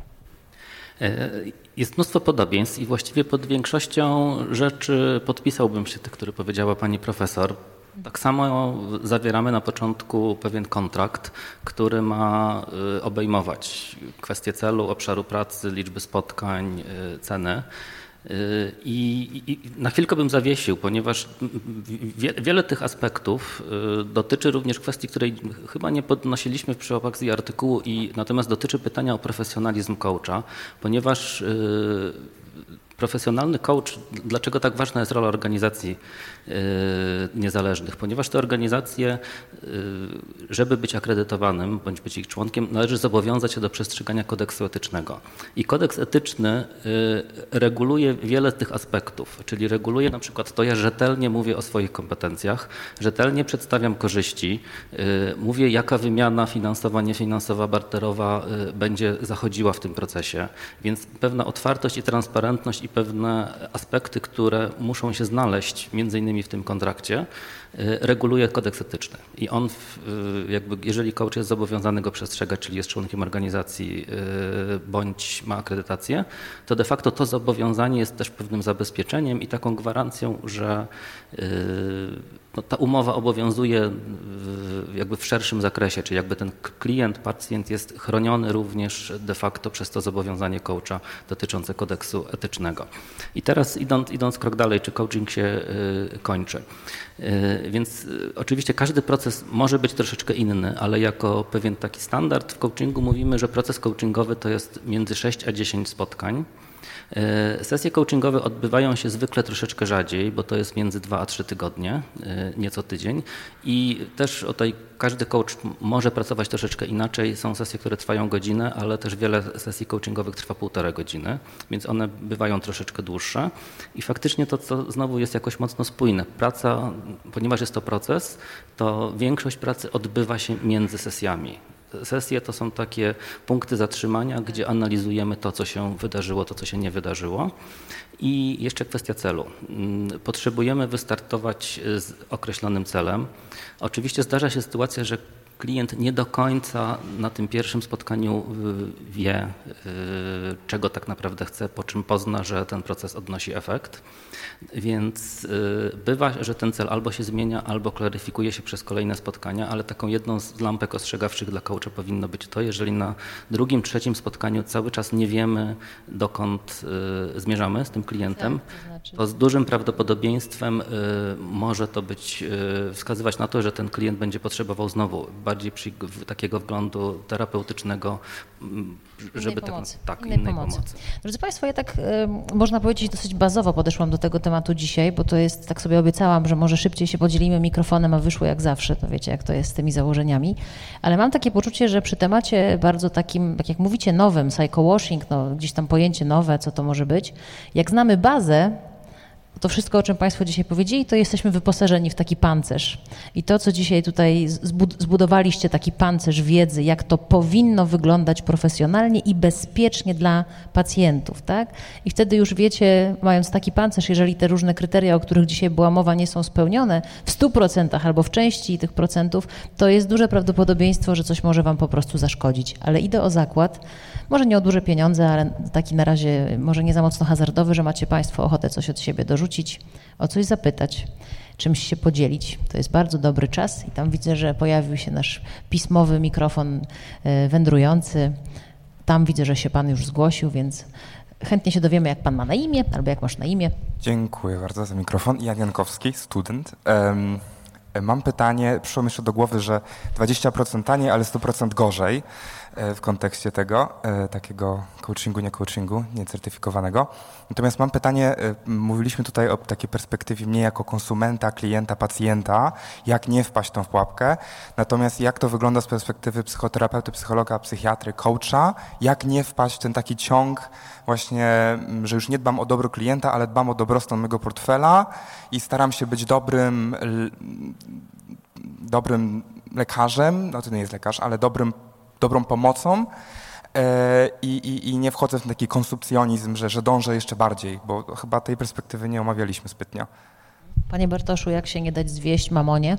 Jest mnóstwo podobieństw i właściwie pod większością rzeczy podpisałbym się tych, które powiedziała Pani profesor. Tak samo zawieramy na początku pewien kontrakt, który ma obejmować kwestie celu, obszaru pracy, liczby spotkań, ceny. I, I na chwilkę bym zawiesił, ponieważ wie, wiele tych aspektów dotyczy również kwestii, której chyba nie podnosiliśmy przy okazji artykułu, i natomiast dotyczy pytania o profesjonalizm coacha, ponieważ profesjonalny coach, dlaczego tak ważna jest rola organizacji niezależnych? Ponieważ te organizacje, żeby być akredytowanym bądź być ich członkiem, należy zobowiązać się do przestrzegania kodeksu etycznego. I kodeks etyczny reguluje wiele z tych aspektów, czyli reguluje na przykład to, ja rzetelnie mówię o swoich kompetencjach, rzetelnie przedstawiam korzyści, mówię, jaka wymiana finansowa, niefinansowa, barterowa będzie zachodziła w tym procesie, więc pewna otwartość i transparentność i pewne aspekty, które muszą się znaleźć między innymi w tym kontrakcie, reguluje kodeks etyczny. I on, jakby, jeżeli coach jest zobowiązany go przestrzegać, czyli jest członkiem organizacji bądź ma akredytację, to de facto to zobowiązanie jest też pewnym zabezpieczeniem i taką gwarancją, że no, ta umowa obowiązuje jakby w szerszym zakresie, czyli jakby ten klient, pacjent jest chroniony również de facto przez to zobowiązanie coacha dotyczące kodeksu etycznego. I teraz idąc, idąc krok dalej, czy coaching się kończy. Więc oczywiście każdy proces może być troszeczkę inny, ale jako pewien taki standard w coachingu mówimy, że proces coachingowy to jest między sześć a dziesięć spotkań. Sesje coachingowe odbywają się zwykle troszeczkę rzadziej, bo to jest między dwa a trzy tygodnie, nieco tydzień. I też o tej, każdy coach może pracować troszeczkę inaczej. Są sesje, które trwają godzinę, ale też wiele sesji coachingowych trwa półtorej godziny, więc one bywają troszeczkę dłuższe. I faktycznie to, co znowu jest jakoś mocno spójne. Praca, ponieważ jest to proces, to większość pracy odbywa się między sesjami. Sesje to są takie punkty zatrzymania, gdzie analizujemy to, co się wydarzyło, to, co się nie wydarzyło. I jeszcze kwestia celu. Potrzebujemy wystartować z określonym celem. Oczywiście zdarza się sytuacja, że klient nie do końca na tym pierwszym spotkaniu wie, czego tak naprawdę chce, po czym pozna, że ten proces odnosi efekt. Więc bywa, że ten cel albo się zmienia, albo klaryfikuje się przez kolejne spotkania, ale taką jedną z lampek ostrzegawczych dla coacha powinno być to, jeżeli na drugim, trzecim spotkaniu cały czas nie wiemy, dokąd zmierzamy z tym klientem, Tak, to znaczy... to z dużym prawdopodobieństwem może to być, wskazywać na to, że ten klient będzie potrzebował znowu bardziej przy, takiego wglądu terapeutycznego, żeby innej pomocy. Tak, tak, innej, innej pomocy. pomocy. Drodzy Państwo, ja tak y, można powiedzieć dosyć bazowo podeszłam do tego tematu dzisiaj, bo to jest, tak sobie obiecałam, że może szybciej się podzielimy mikrofonem, a wyszło jak zawsze, to wiecie jak to jest z tymi założeniami, ale mam takie poczucie, że przy temacie bardzo takim, tak jak mówicie, nowym, psycho-washing, no, gdzieś tam pojęcie nowe, co to może być, jak znamy bazę, to wszystko, o czym Państwo dzisiaj powiedzieli, to jesteśmy wyposażeni w taki pancerz. I to, co dzisiaj tutaj zbudowaliście, taki pancerz wiedzy, jak to powinno wyglądać profesjonalnie i bezpiecznie dla pacjentów, tak? I wtedy już wiecie, mając taki pancerz, jeżeli te różne kryteria, o których dzisiaj była mowa, nie są spełnione w stu procentach albo w części tych procentów, to jest duże prawdopodobieństwo, że coś może Wam po prostu zaszkodzić. Ale idę o zakład, może nie o duże pieniądze, ale taki na razie może nie za mocno hazardowy, że macie Państwo ochotę coś od siebie dorzucić, o coś zapytać, czymś się podzielić. To jest bardzo dobry czas i tam widzę, że pojawił się nasz pismowy mikrofon wędrujący. Tam widzę, że się Pan już zgłosił, więc chętnie się dowiemy, jak Pan ma na imię albo jak masz na imię. Dziękuję bardzo za mikrofon. Jan Jankowski, student. Um, mam pytanie, przyszło mi jeszcze do głowy, że dwadzieścia procent taniej, ale sto procent gorzej w kontekście tego, takiego coachingu, nie coachingu, niecertyfikowanego. Natomiast mam pytanie, mówiliśmy tutaj o takiej perspektywie mnie jako konsumenta, klienta, pacjenta, jak nie wpaść w tą pułapkę, natomiast jak to wygląda z perspektywy psychoterapeuty, psychologa, psychiatry, coacha, jak nie wpaść w ten taki ciąg właśnie, że już nie dbam o dobro klienta, ale dbam o dobrostan mego portfela i staram się być dobrym, dobrym lekarzem, no to nie jest lekarz, ale dobrym dobrą pomocą i, i, i nie wchodzę w taki konsumpcjonizm, że, że dążę jeszcze bardziej, bo chyba tej perspektywy nie omawialiśmy zbytnio. Panie Bartoszu, jak się nie dać zwieść mamonie?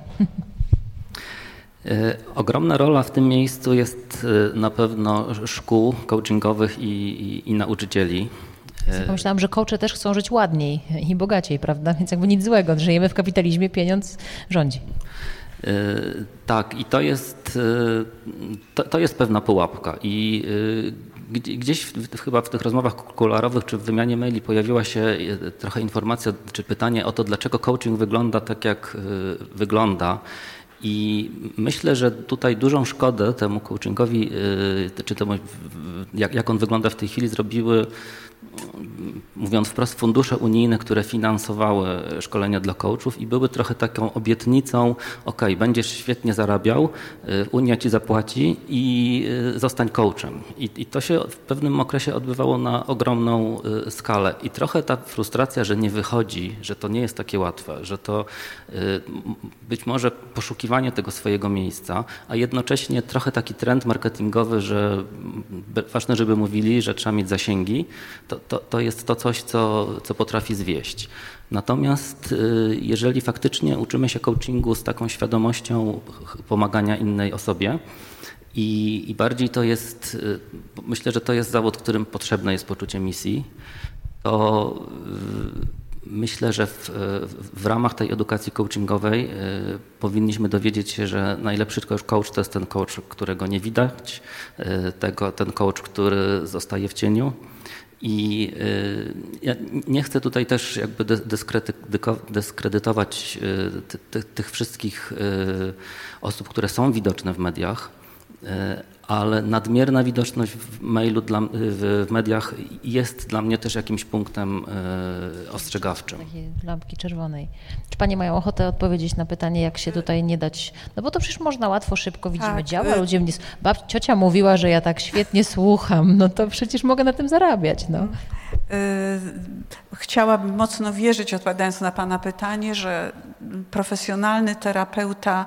Ogromna rola w tym miejscu jest na pewno szkół coachingowych i, i, i nauczycieli. Ja pomyślałam, że coache też chcą żyć ładniej i bogaciej, prawda? Więc jakby nic złego, żyjemy w kapitalizmie, pieniądz rządzi. Tak, i to jest, to, to jest pewna pułapka i gdzieś w, chyba w tych rozmowach kuluarowych czy w wymianie maili pojawiła się trochę informacja czy pytanie o to, dlaczego coaching wygląda tak, jak wygląda. I myślę, że tutaj dużą szkodę temu coachingowi, czy temu, jak, jak on wygląda w tej chwili, zrobiły mówiąc wprost, fundusze unijne, które finansowały szkolenia dla coachów i były trochę taką obietnicą, ok, będziesz świetnie zarabiał, Unia ci zapłaci i zostań coachem. I, i to się w pewnym okresie odbywało na ogromną skalę. I trochę ta frustracja, że nie wychodzi, że to nie jest takie łatwe, że to być może poszukiwanie tego swojego miejsca, a jednocześnie trochę taki trend marketingowy, że ważne, żeby mówili, że trzeba mieć zasięgi, to, to, to jest to coś, co, co potrafi zwieść. Natomiast jeżeli faktycznie uczymy się coachingu z taką świadomością pomagania innej osobie i, i bardziej to jest, myślę, że to jest zawód, w którym potrzebne jest poczucie misji, to myślę, że w, w ramach tej edukacji coachingowej powinniśmy dowiedzieć się, że najlepszy coach to jest ten coach, którego nie widać, tego, ten coach, który zostaje w cieniu. I ja nie chcę tutaj też jakby dyskredytować tych wszystkich osób, które są widoczne w mediach, ale nadmierna widoczność w mailu, dla, w mediach jest dla mnie też jakimś punktem ostrzegawczym. Takiej lampki czerwonej. Czy panie mają ochotę odpowiedzieć na pytanie, jak się tutaj nie dać, no bo to przecież można łatwo, szybko, widzimy, tak, działa, ludzie mnie, bab, ciocia mówiła, że ja tak świetnie słucham, no to przecież mogę na tym zarabiać, no. Chciałabym mocno wierzyć, odpowiadając na pana pytanie, że profesjonalny terapeuta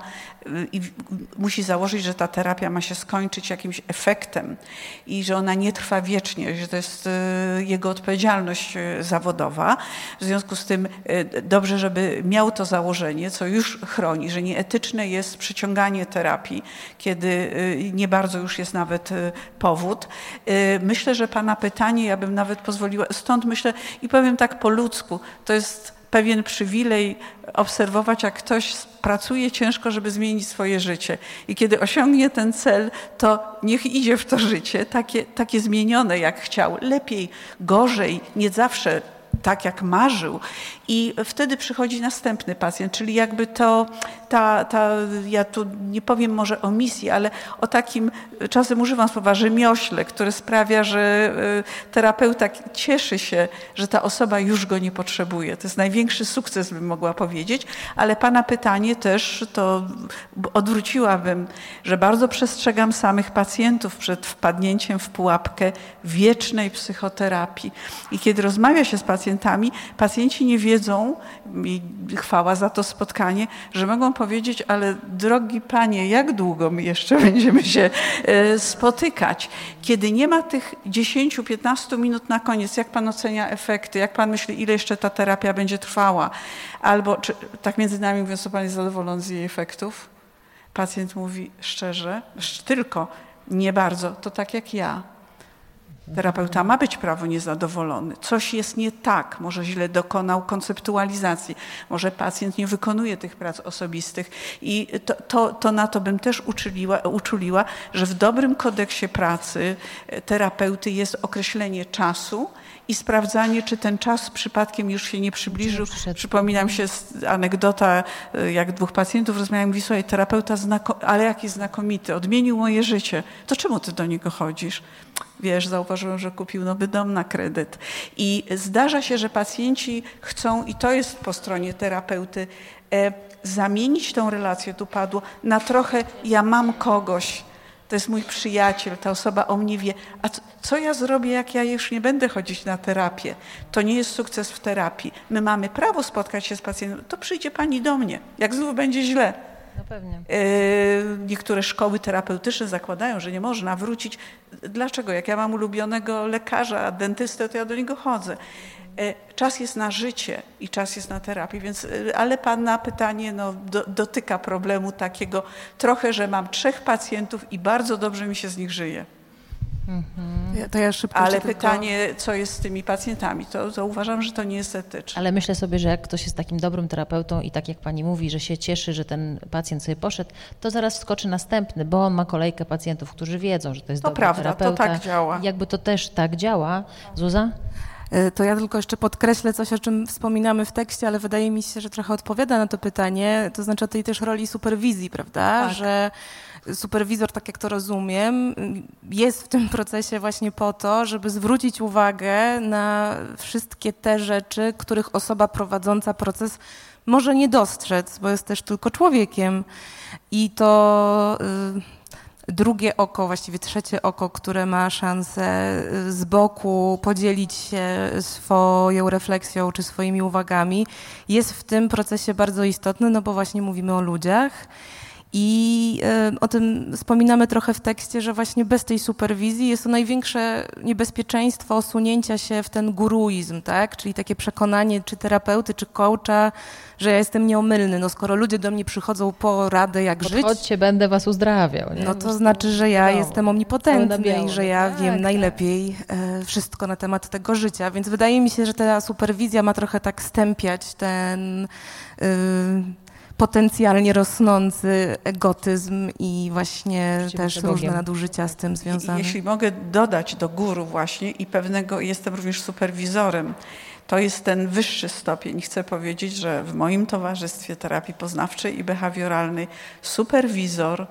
musi założyć, że ta terapia ma się skończyć jakimś efektem i że ona nie trwa wiecznie, że to jest jego odpowiedzialność zawodowa. W związku z tym dobrze, żeby miał to założenie, co już chroni, że nieetyczne jest przyciąganie terapii, kiedy nie bardzo już jest nawet powód. Myślę, że pana pytanie, ja bym nawet pozwoliła, stąd myślę i powiem tak po ludzku, to jest pewien przywilej obserwować, jak ktoś pracuje ciężko, żeby zmienić swoje życie. I kiedy osiągnie ten cel, to niech idzie w to życie, takie, takie zmienione jak chciał. Lepiej, gorzej, nie zawsze tak jak marzył. I wtedy przychodzi następny pacjent, czyli jakby to, ta, ta, ja tu nie powiem może o misji, ale o takim, czasem używam słowa rzemiośle, które sprawia, że terapeuta cieszy się, że ta osoba już go nie potrzebuje. To jest największy sukces, bym mogła powiedzieć, ale pana pytanie też to odwróciłabym, że bardzo przestrzegam samych pacjentów przed wpadnięciem w pułapkę wiecznej psychoterapii. I kiedy rozmawia się z pacjentami, pacjenci nie wiedzą, i chwała za to spotkanie, że mogą powiedzieć, ale drogi panie, jak długo my jeszcze będziemy się spotykać? Kiedy nie ma tych dziesięć do piętnastu minut na koniec, jak pan ocenia efekty? Jak pan myśli, ile jeszcze ta terapia będzie trwała? Albo, czy, tak między nami mówiąc, to pan jest zadowolony z jej efektów? Pacjent mówi szczerze, tylko nie bardzo, to tak jak ja. Terapeuta ma być prawo niezadowolony. Coś jest nie tak, może źle dokonał konceptualizacji, może pacjent nie wykonuje tych prac osobistych i to, to, to na to bym też uczuliła, uczuliła, że w dobrym kodeksie pracy terapeuty jest określenie czasu i sprawdzanie, czy ten czas przypadkiem już się nie przybliżył. Przypominam się anegdota, jak dwóch pacjentów rozmawiają, mówi, słuchaj, terapeuta, znako- ale jaki znakomity, odmienił moje życie. To czemu ty do niego chodzisz? Wiesz, zauważyłem, że kupił nowy dom na kredyt. I zdarza się, że pacjenci chcą, i to jest po stronie terapeuty, e, zamienić tą relację, tu padło, na trochę ja mam kogoś, to jest mój przyjaciel, ta osoba o mnie wie, a co, co ja zrobię, jak ja już nie będę chodzić na terapię? To nie jest sukces w terapii. My mamy prawo spotkać się z pacjentem, to przyjdzie pani do mnie, jak znów będzie źle. No pewnie. Niektóre szkoły terapeutyczne zakładają, że nie można wrócić. Dlaczego? Jak ja mam ulubionego lekarza, dentystę, to ja do niego chodzę. Czas jest na życie i czas jest na terapię, więc, ale pana pytanie no, do, dotyka problemu takiego trochę, że mam trzech pacjentów i bardzo dobrze mi się z nich żyje. Mhm. Ja, to ja szybko Ale tylko... pytanie, co jest z tymi pacjentami, to, to uważam, że to nie jest etyczne. Ale myślę sobie, że jak ktoś jest takim dobrym terapeutą i tak jak pani mówi, że się cieszy, że ten pacjent sobie poszedł, to zaraz wskoczy następny, bo on ma kolejkę pacjentów, którzy wiedzą, że to jest to dobry prawda, terapeuta. To tak działa. Jakby to też tak działa. Zuza? To ja tylko jeszcze podkreślę coś, o czym wspominamy w tekście, ale wydaje mi się, że trochę odpowiada na to pytanie, to znaczy o tej też roli superwizji, prawda? Tak. Że superwizor, tak jak to rozumiem, jest w tym procesie właśnie po to, żeby zwrócić uwagę na wszystkie te rzeczy, których osoba prowadząca proces może nie dostrzec, bo jest też tylko człowiekiem. I to y, drugie oko, właściwie trzecie oko, które ma szansę z boku podzielić się swoją refleksją czy swoimi uwagami, jest w tym procesie bardzo istotny, no bo właśnie mówimy o ludziach. I y, o tym wspominamy trochę w tekście, że właśnie bez tej superwizji jest to największe niebezpieczeństwo osunięcia się w ten guruizm, tak? Czyli takie przekonanie czy terapeuty, czy coacha, że ja jestem nieomylny. No skoro ludzie do mnie przychodzą po radę, jak Podchodźcie, żyć, Chodźcie, będę was uzdrawiał. Nie? no to znaczy, że ja biało. jestem omnipotentny biało. i że ja Tak, wiem tak. najlepiej e, wszystko na temat tego życia. Więc wydaje mi się, że ta superwizja ma trochę tak stępiać ten y, potencjalnie rosnący egotyzm i właśnie Życie też pedagogiem. różne nadużycia z tym związane. Jeśli mogę dodać do guru właśnie i pewnego, jestem również superwizorem, to jest ten wyższy stopień. Chcę powiedzieć, że w moim towarzystwie terapii poznawczej i behawioralnej superwizor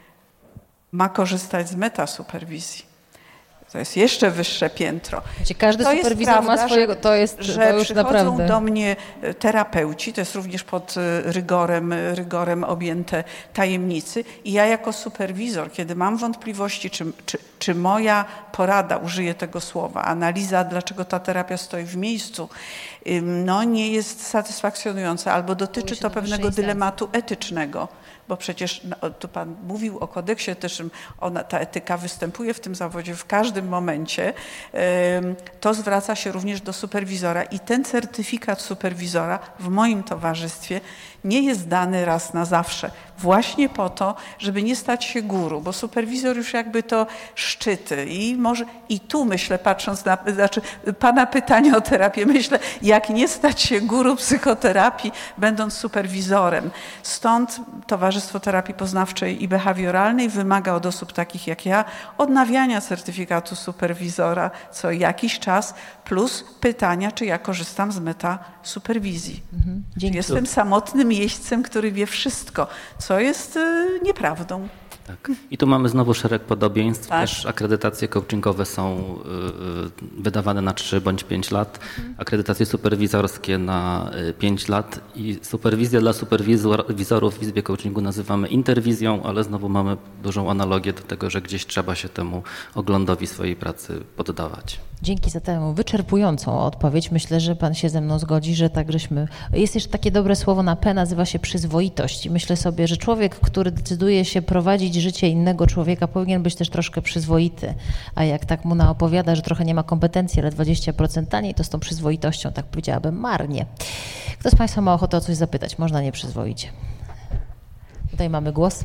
ma korzystać z metasuperwizji. To jest jeszcze wyższe piętro. Wiecie, każdy To jest superwizor prawda, ma swojego, to jest że to już przychodzą naprawdę. do mnie terapeuci, to jest również pod rygorem, rygorem objęte tajemnicy i ja jako superwizor, kiedy mam wątpliwości, czy, czy, czy moja porada, użyję tego słowa, analiza, dlaczego ta terapia stoi w miejscu, no nie jest satysfakcjonująca albo dotyczy to pewnego dylematu etycznego. Bo przecież no, tu Pan mówił o kodeksie etycznym, ona, ta etyka występuje w tym zawodzie w każdym momencie, to zwraca się również do superwizora i ten certyfikat superwizora w moim towarzystwie nie jest dany raz na zawsze. Właśnie po to, żeby nie stać się guru, bo superwizor już jakby to szczyty i może i tu myślę, patrząc na, znaczy Pana pytanie o terapię, myślę, jak nie stać się guru psychoterapii, będąc superwizorem. Stąd Towarzystwo Terapii Poznawczej i Behawioralnej wymaga od osób takich jak ja odnawiania certyfikatu superwizora co jakiś czas, plus pytania, czy ja korzystam z metasuperwizji. Mhm. Dzięki. Jestem samotnym jeźdźcem, który wie wszystko, co jest y, nieprawdą. Tak. I tu mamy znowu szereg podobieństw. Tak. Też akredytacje coachingowe są y, wydawane na trzy bądź pięć lat, akredytacje superwizorskie na pięć lat i superwizję dla superwizorów w Izbie Coachingu nazywamy interwizją, ale znowu mamy dużą analogię do tego, że gdzieś trzeba się temu oglądowi swojej pracy poddawać. Dzięki za tę wyczerpującą odpowiedź. Myślę, że Pan się ze mną zgodzi, że tak żeśmy... Jest jeszcze takie dobre słowo na P, nazywa się przyzwoitość. I myślę sobie, że człowiek, który decyduje się prowadzić życie innego człowieka, powinien być też troszkę przyzwoity. A jak tak mu naopowiada, że trochę nie ma kompetencji, ale dwadzieścia procent taniej, to z tą przyzwoitością, tak powiedziałabym, marnie. Kto z Państwa ma ochotę o coś zapytać? Można nieprzyzwoicie. Tutaj mamy głos.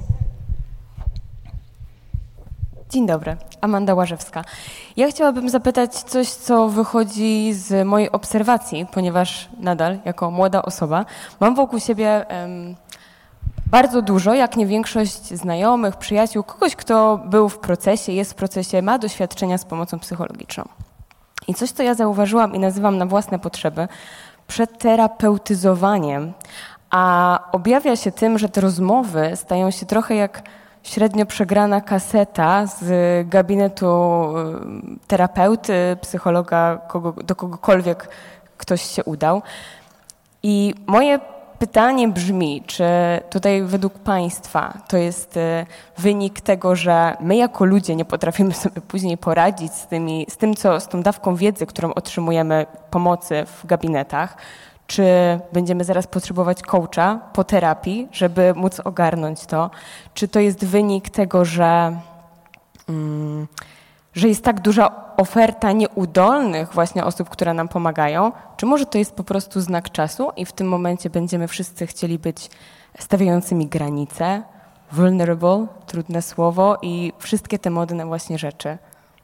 Dzień dobry, Amanda Łażewska. Ja chciałabym zapytać coś, co wychodzi z mojej obserwacji, ponieważ nadal jako młoda osoba mam wokół siebie um, bardzo dużo, jak nie większość znajomych, przyjaciół, kogoś, kto był w procesie, jest w procesie, ma doświadczenia z pomocą psychologiczną. I coś, co ja zauważyłam i nazywam na własne potrzeby przeterapeutyzowaniem, a objawia się tym, że te rozmowy stają się trochę jak średnio przegrana kaseta z gabinetu terapeuty, psychologa, kogo, do kogokolwiek ktoś się udał. I moje pytanie brzmi, czy tutaj według Państwa to jest wynik tego, że my jako ludzie nie potrafimy sobie później poradzić z, tymi, z tym, co, z tą dawką wiedzy, którą otrzymujemy pomocy w gabinetach, czy będziemy zaraz potrzebować coacha po terapii, żeby móc ogarnąć to? Czy to jest wynik tego, że, mm, że jest tak duża oferta nieudolnych właśnie osób, które nam pomagają? Czy może to jest po prostu znak czasu i w tym momencie będziemy wszyscy chcieli być stawiającymi granice, vulnerable, trudne słowo i wszystkie te modne właśnie rzeczy?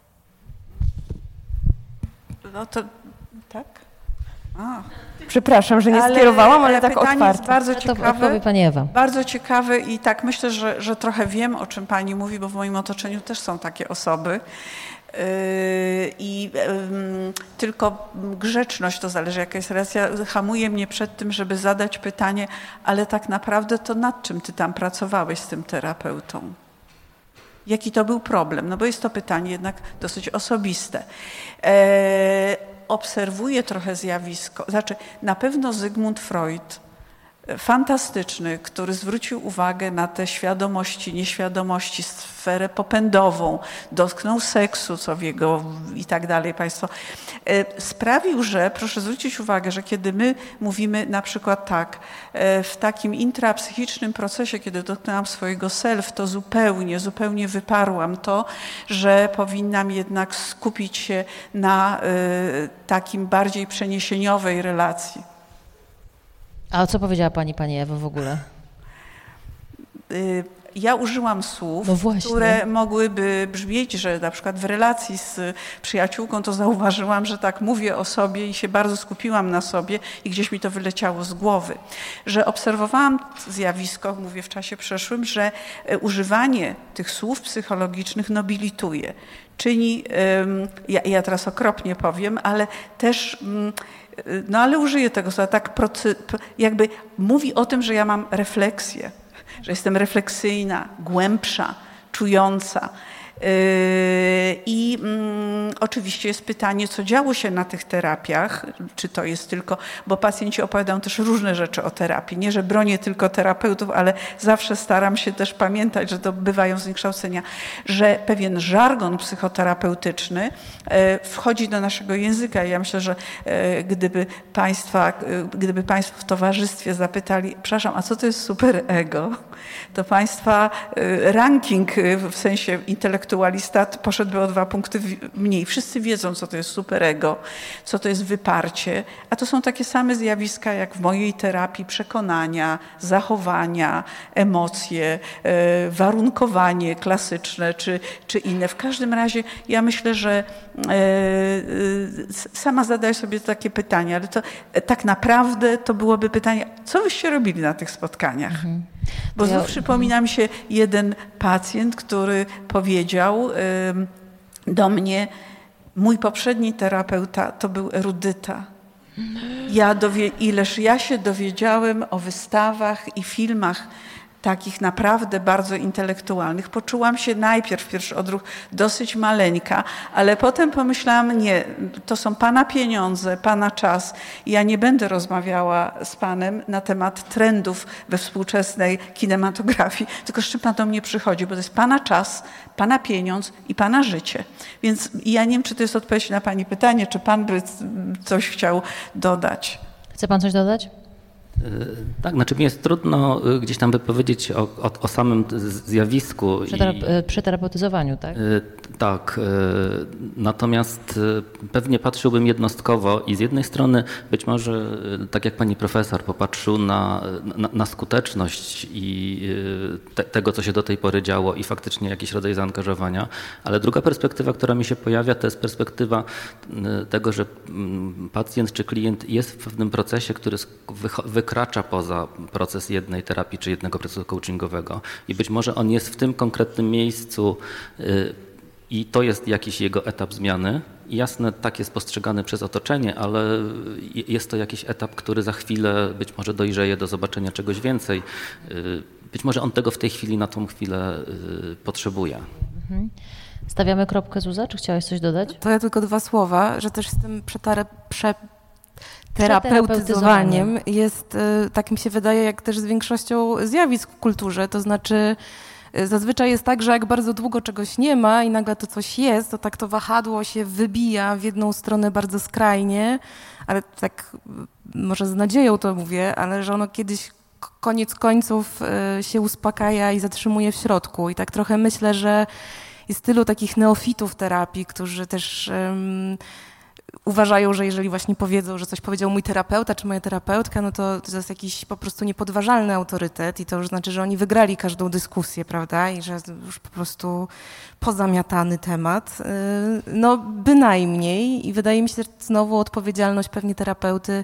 No to tak? A. Przepraszam, że nie ale, skierowałam, ale tak pytanie otwarcie. Jest bardzo ciekawe, Pani Ewa. Bardzo ciekawe i tak myślę, że, że trochę wiem, o czym Pani mówi, bo w moim otoczeniu też są takie osoby. I tylko grzeczność, to zależy jaka jest relacja, hamuje mnie przed tym, żeby zadać pytanie, ale tak naprawdę to nad czym ty tam pracowałeś z tym terapeutą? Jaki to był problem? No bo jest to pytanie jednak dosyć osobiste. E, obserwuję trochę zjawisko, znaczy na pewno Zygmunt Freud, fantastyczny, który zwrócił uwagę na te świadomości, nieświadomości, sferę popędową, dotknął seksu, co w jego i tak dalej, Państwo, sprawił, że, proszę zwrócić uwagę, że kiedy my mówimy na przykład tak, w takim intrapsychicznym procesie, kiedy dotknęłam swojego self, to zupełnie, zupełnie wyparłam to, że powinnam jednak skupić się na takim bardziej przeniesieniowej relacji. A co powiedziała pani, pani Ewo w ogóle? Ja użyłam słów, no które mogłyby brzmieć, że na przykład w relacji z przyjaciółką to zauważyłam, że tak mówię o sobie i się bardzo skupiłam na sobie i gdzieś mi to wyleciało z głowy. Że obserwowałam zjawisko, mówię w czasie przeszłym, że używanie tych słów psychologicznych nobilituje. Czyni, ja, ja teraz okropnie powiem, ale też... No ale użyję tego słowa, tak jakby mówi o tym, że ja mam refleksję, że jestem refleksyjna, głębsza, czująca. I mm, oczywiście jest pytanie, co działo się na tych terapiach, czy to jest tylko, bo pacjenci opowiadają też różne rzeczy o terapii. Nie, że bronię tylko terapeutów, ale zawsze staram się też pamiętać, że to bywają zniekształcenia, że pewien żargon psychoterapeutyczny wchodzi do naszego języka. I ja myślę, że gdyby państwa, gdyby państwo w towarzystwie zapytali, przepraszam, a co to jest superego, to państwa ranking w sensie intelektualnym poszedłby o dwa punkty mniej. Wszyscy wiedzą, co to jest superego, co to jest wyparcie, a to są takie same zjawiska jak w mojej terapii: przekonania, zachowania, emocje, warunkowanie klasyczne czy, czy inne. W każdym razie ja myślę, że sama zadaję sobie takie pytanie, ale to tak naprawdę to byłoby pytanie, co wyście robili na tych spotkaniach? Mhm. Bo znów ja... przypomina mi się jeden pacjent, który powiedział do mnie, mój poprzedni terapeuta to był erudyta. Ja dowie, ileż ja się dowiedziałem o wystawach i filmach takich naprawdę bardzo intelektualnych. Poczułam się najpierw, pierwszy odruch, dosyć maleńka, ale potem pomyślałam, nie, to są pana pieniądze, pana czas. Ja nie będę rozmawiała z panem na temat trendów we współczesnej kinematografii, tylko z czym pan do mnie przychodzi, bo to jest pana czas, pana pieniądz i pana życie. Więc ja nie wiem, czy to jest odpowiedź na pani pytanie, czy pan by coś chciał dodać. Chce pan coś dodać? Tak, znaczy mi jest trudno gdzieś tam wypowiedzieć o, o, o samym zjawisku. Przetera- przeterapeutyzowaniu, tak? Tak, natomiast pewnie patrzyłbym jednostkowo i z jednej strony być może, tak jak pani profesor, popatrzył na, na, na skuteczność i te, tego, co się do tej pory działo i faktycznie jakiś rodzaj zaangażowania, ale druga perspektywa, która mi się pojawia, to jest perspektywa tego, że pacjent czy klient jest w pewnym procesie, który wykracza poza proces jednej terapii czy jednego procesu coachingowego i być może on jest w tym konkretnym miejscu i to jest jakiś jego etap zmiany. I jasne, tak jest postrzegany przez otoczenie, ale jest to jakiś etap, który za chwilę być może dojrzeje do zobaczenia czegoś więcej. Być może on tego w tej chwili, na tą chwilę potrzebuje. Mhm. Stawiamy kropkę, Zuza? Czy chciałaś coś dodać? To ja tylko dwa słowa, że też z tym przetare, prze, terapeutyzowaniem jest, tak mi się wydaje, jak też z większością zjawisk w kulturze, to znaczy zazwyczaj jest tak, że jak bardzo długo czegoś nie ma i nagle to coś jest, to tak to wahadło się wybija w jedną stronę bardzo skrajnie, ale tak może z nadzieją to mówię, ale że ono kiedyś koniec końców się uspokaja i zatrzymuje w środku. I tak trochę myślę, że jest tylu takich neofitów terapii, którzy też um, uważają, że jeżeli właśnie powiedzą, że coś powiedział mój terapeuta czy moja terapeutka, no to to jest jakiś po prostu niepodważalny autorytet i to już znaczy, że oni wygrali każdą dyskusję, prawda, i że już po prostu pozamiatany temat. No bynajmniej i wydaje mi się, że znowu odpowiedzialność pewnie terapeuty,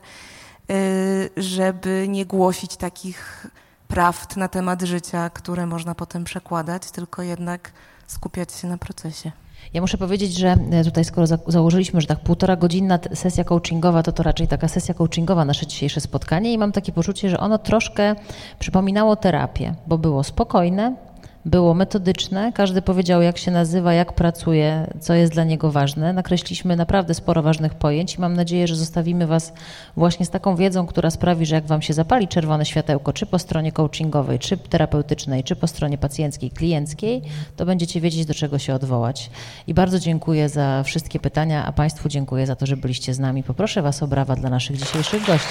żeby nie głosić takich prawd na temat życia, które można potem przekładać, tylko jednak skupiać się na procesie. Ja muszę powiedzieć, że tutaj skoro za- założyliśmy, że tak półtora godzinna t- sesja coachingowa, to to raczej taka sesja coachingowa nasze dzisiejsze spotkanie i mam takie poczucie, że ono troszkę przypominało terapię, bo było spokojne, było metodyczne, każdy powiedział jak się nazywa, jak pracuje, co jest dla niego ważne. Nakreśliliśmy naprawdę sporo ważnych pojęć i mam nadzieję, że zostawimy Was właśnie z taką wiedzą, która sprawi, że jak Wam się zapali czerwone światełko, czy po stronie coachingowej, czy terapeutycznej, czy po stronie pacjenckiej, klienckiej, to będziecie wiedzieć, do czego się odwołać. I bardzo dziękuję za wszystkie pytania, a Państwu dziękuję za to, że byliście z nami. Poproszę Was o brawa dla naszych dzisiejszych gości.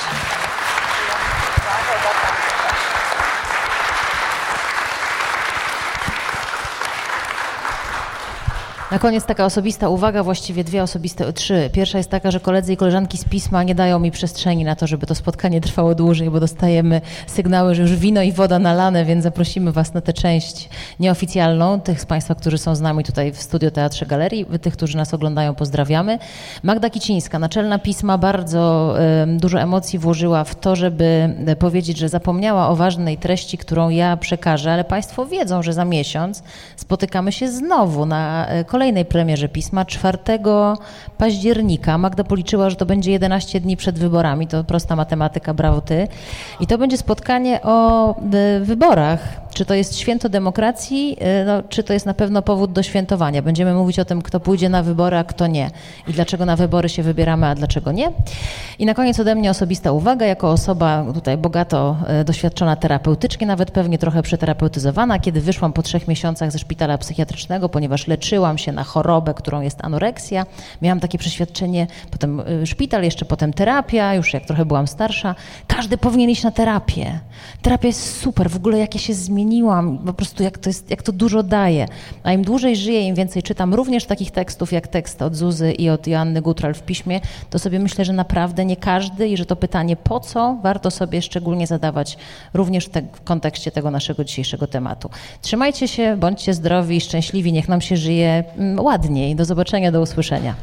Na koniec taka osobista uwaga, właściwie dwie osobiste, trzy. Pierwsza jest taka, że koledzy i koleżanki z pisma nie dają mi przestrzeni na to, żeby to spotkanie trwało dłużej, bo dostajemy sygnały, że już wino i woda nalane, więc zaprosimy Was na tę część nieoficjalną. Tych z Państwa, którzy są z nami tutaj w Studio Teatrze Galerii, tych, którzy nas oglądają, pozdrawiamy. Magda Kicińska, naczelna pisma, bardzo y, dużo emocji włożyła w to, żeby powiedzieć, że zapomniała o ważnej treści, którą ja przekażę, ale Państwo wiedzą, że za miesiąc spotykamy się znowu na kolejnej kolejnej premierze pisma czwartego października. Magda policzyła, że to będzie jedenaście dni przed wyborami. To prosta matematyka, brawo ty. I to będzie spotkanie o wyborach. Czy to jest święto demokracji, no, czy to jest na pewno powód do świętowania. Będziemy mówić o tym, kto pójdzie na wybory, a kto nie. I dlaczego na wybory się wybieramy, a dlaczego nie. I na koniec ode mnie osobista uwaga, jako osoba tutaj bogato doświadczona terapeutycznie, nawet pewnie trochę przeterapeutyzowana, kiedy wyszłam po trzech miesiącach ze szpitala psychiatrycznego, ponieważ leczyłam się na chorobę, którą jest anoreksja. Miałam takie przeświadczenie, potem szpital, jeszcze potem terapia, już jak trochę byłam starsza. Każdy powinien iść na terapię. Terapia jest super, w ogóle jak ja się zmieniłam, po prostu jak to, jest, jak to dużo daje. A im dłużej żyję, im więcej czytam, również takich tekstów jak tekst od Zuzy i od Joanny Gutral w piśmie, to sobie myślę, że naprawdę nie każdy i że to pytanie po co warto sobie szczególnie zadawać również te, w kontekście tego naszego dzisiejszego tematu. Trzymajcie się, bądźcie zdrowi i szczęśliwi, niech nam się żyje ładniej. Do zobaczenia, do usłyszenia.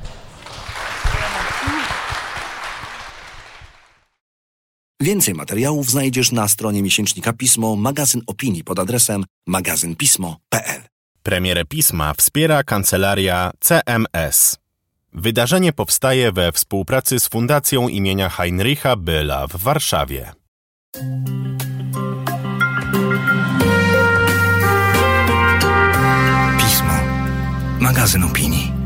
Więcej materiałów znajdziesz na stronie miesięcznika Pismo, magazyn opinii pod adresem magazynpismo kropka p l. Premierę pisma wspiera kancelaria C M S. Wydarzenie powstaje we współpracy z Fundacją imienia Heinricha Bölla w Warszawie. Pismo. Magazyn opinii.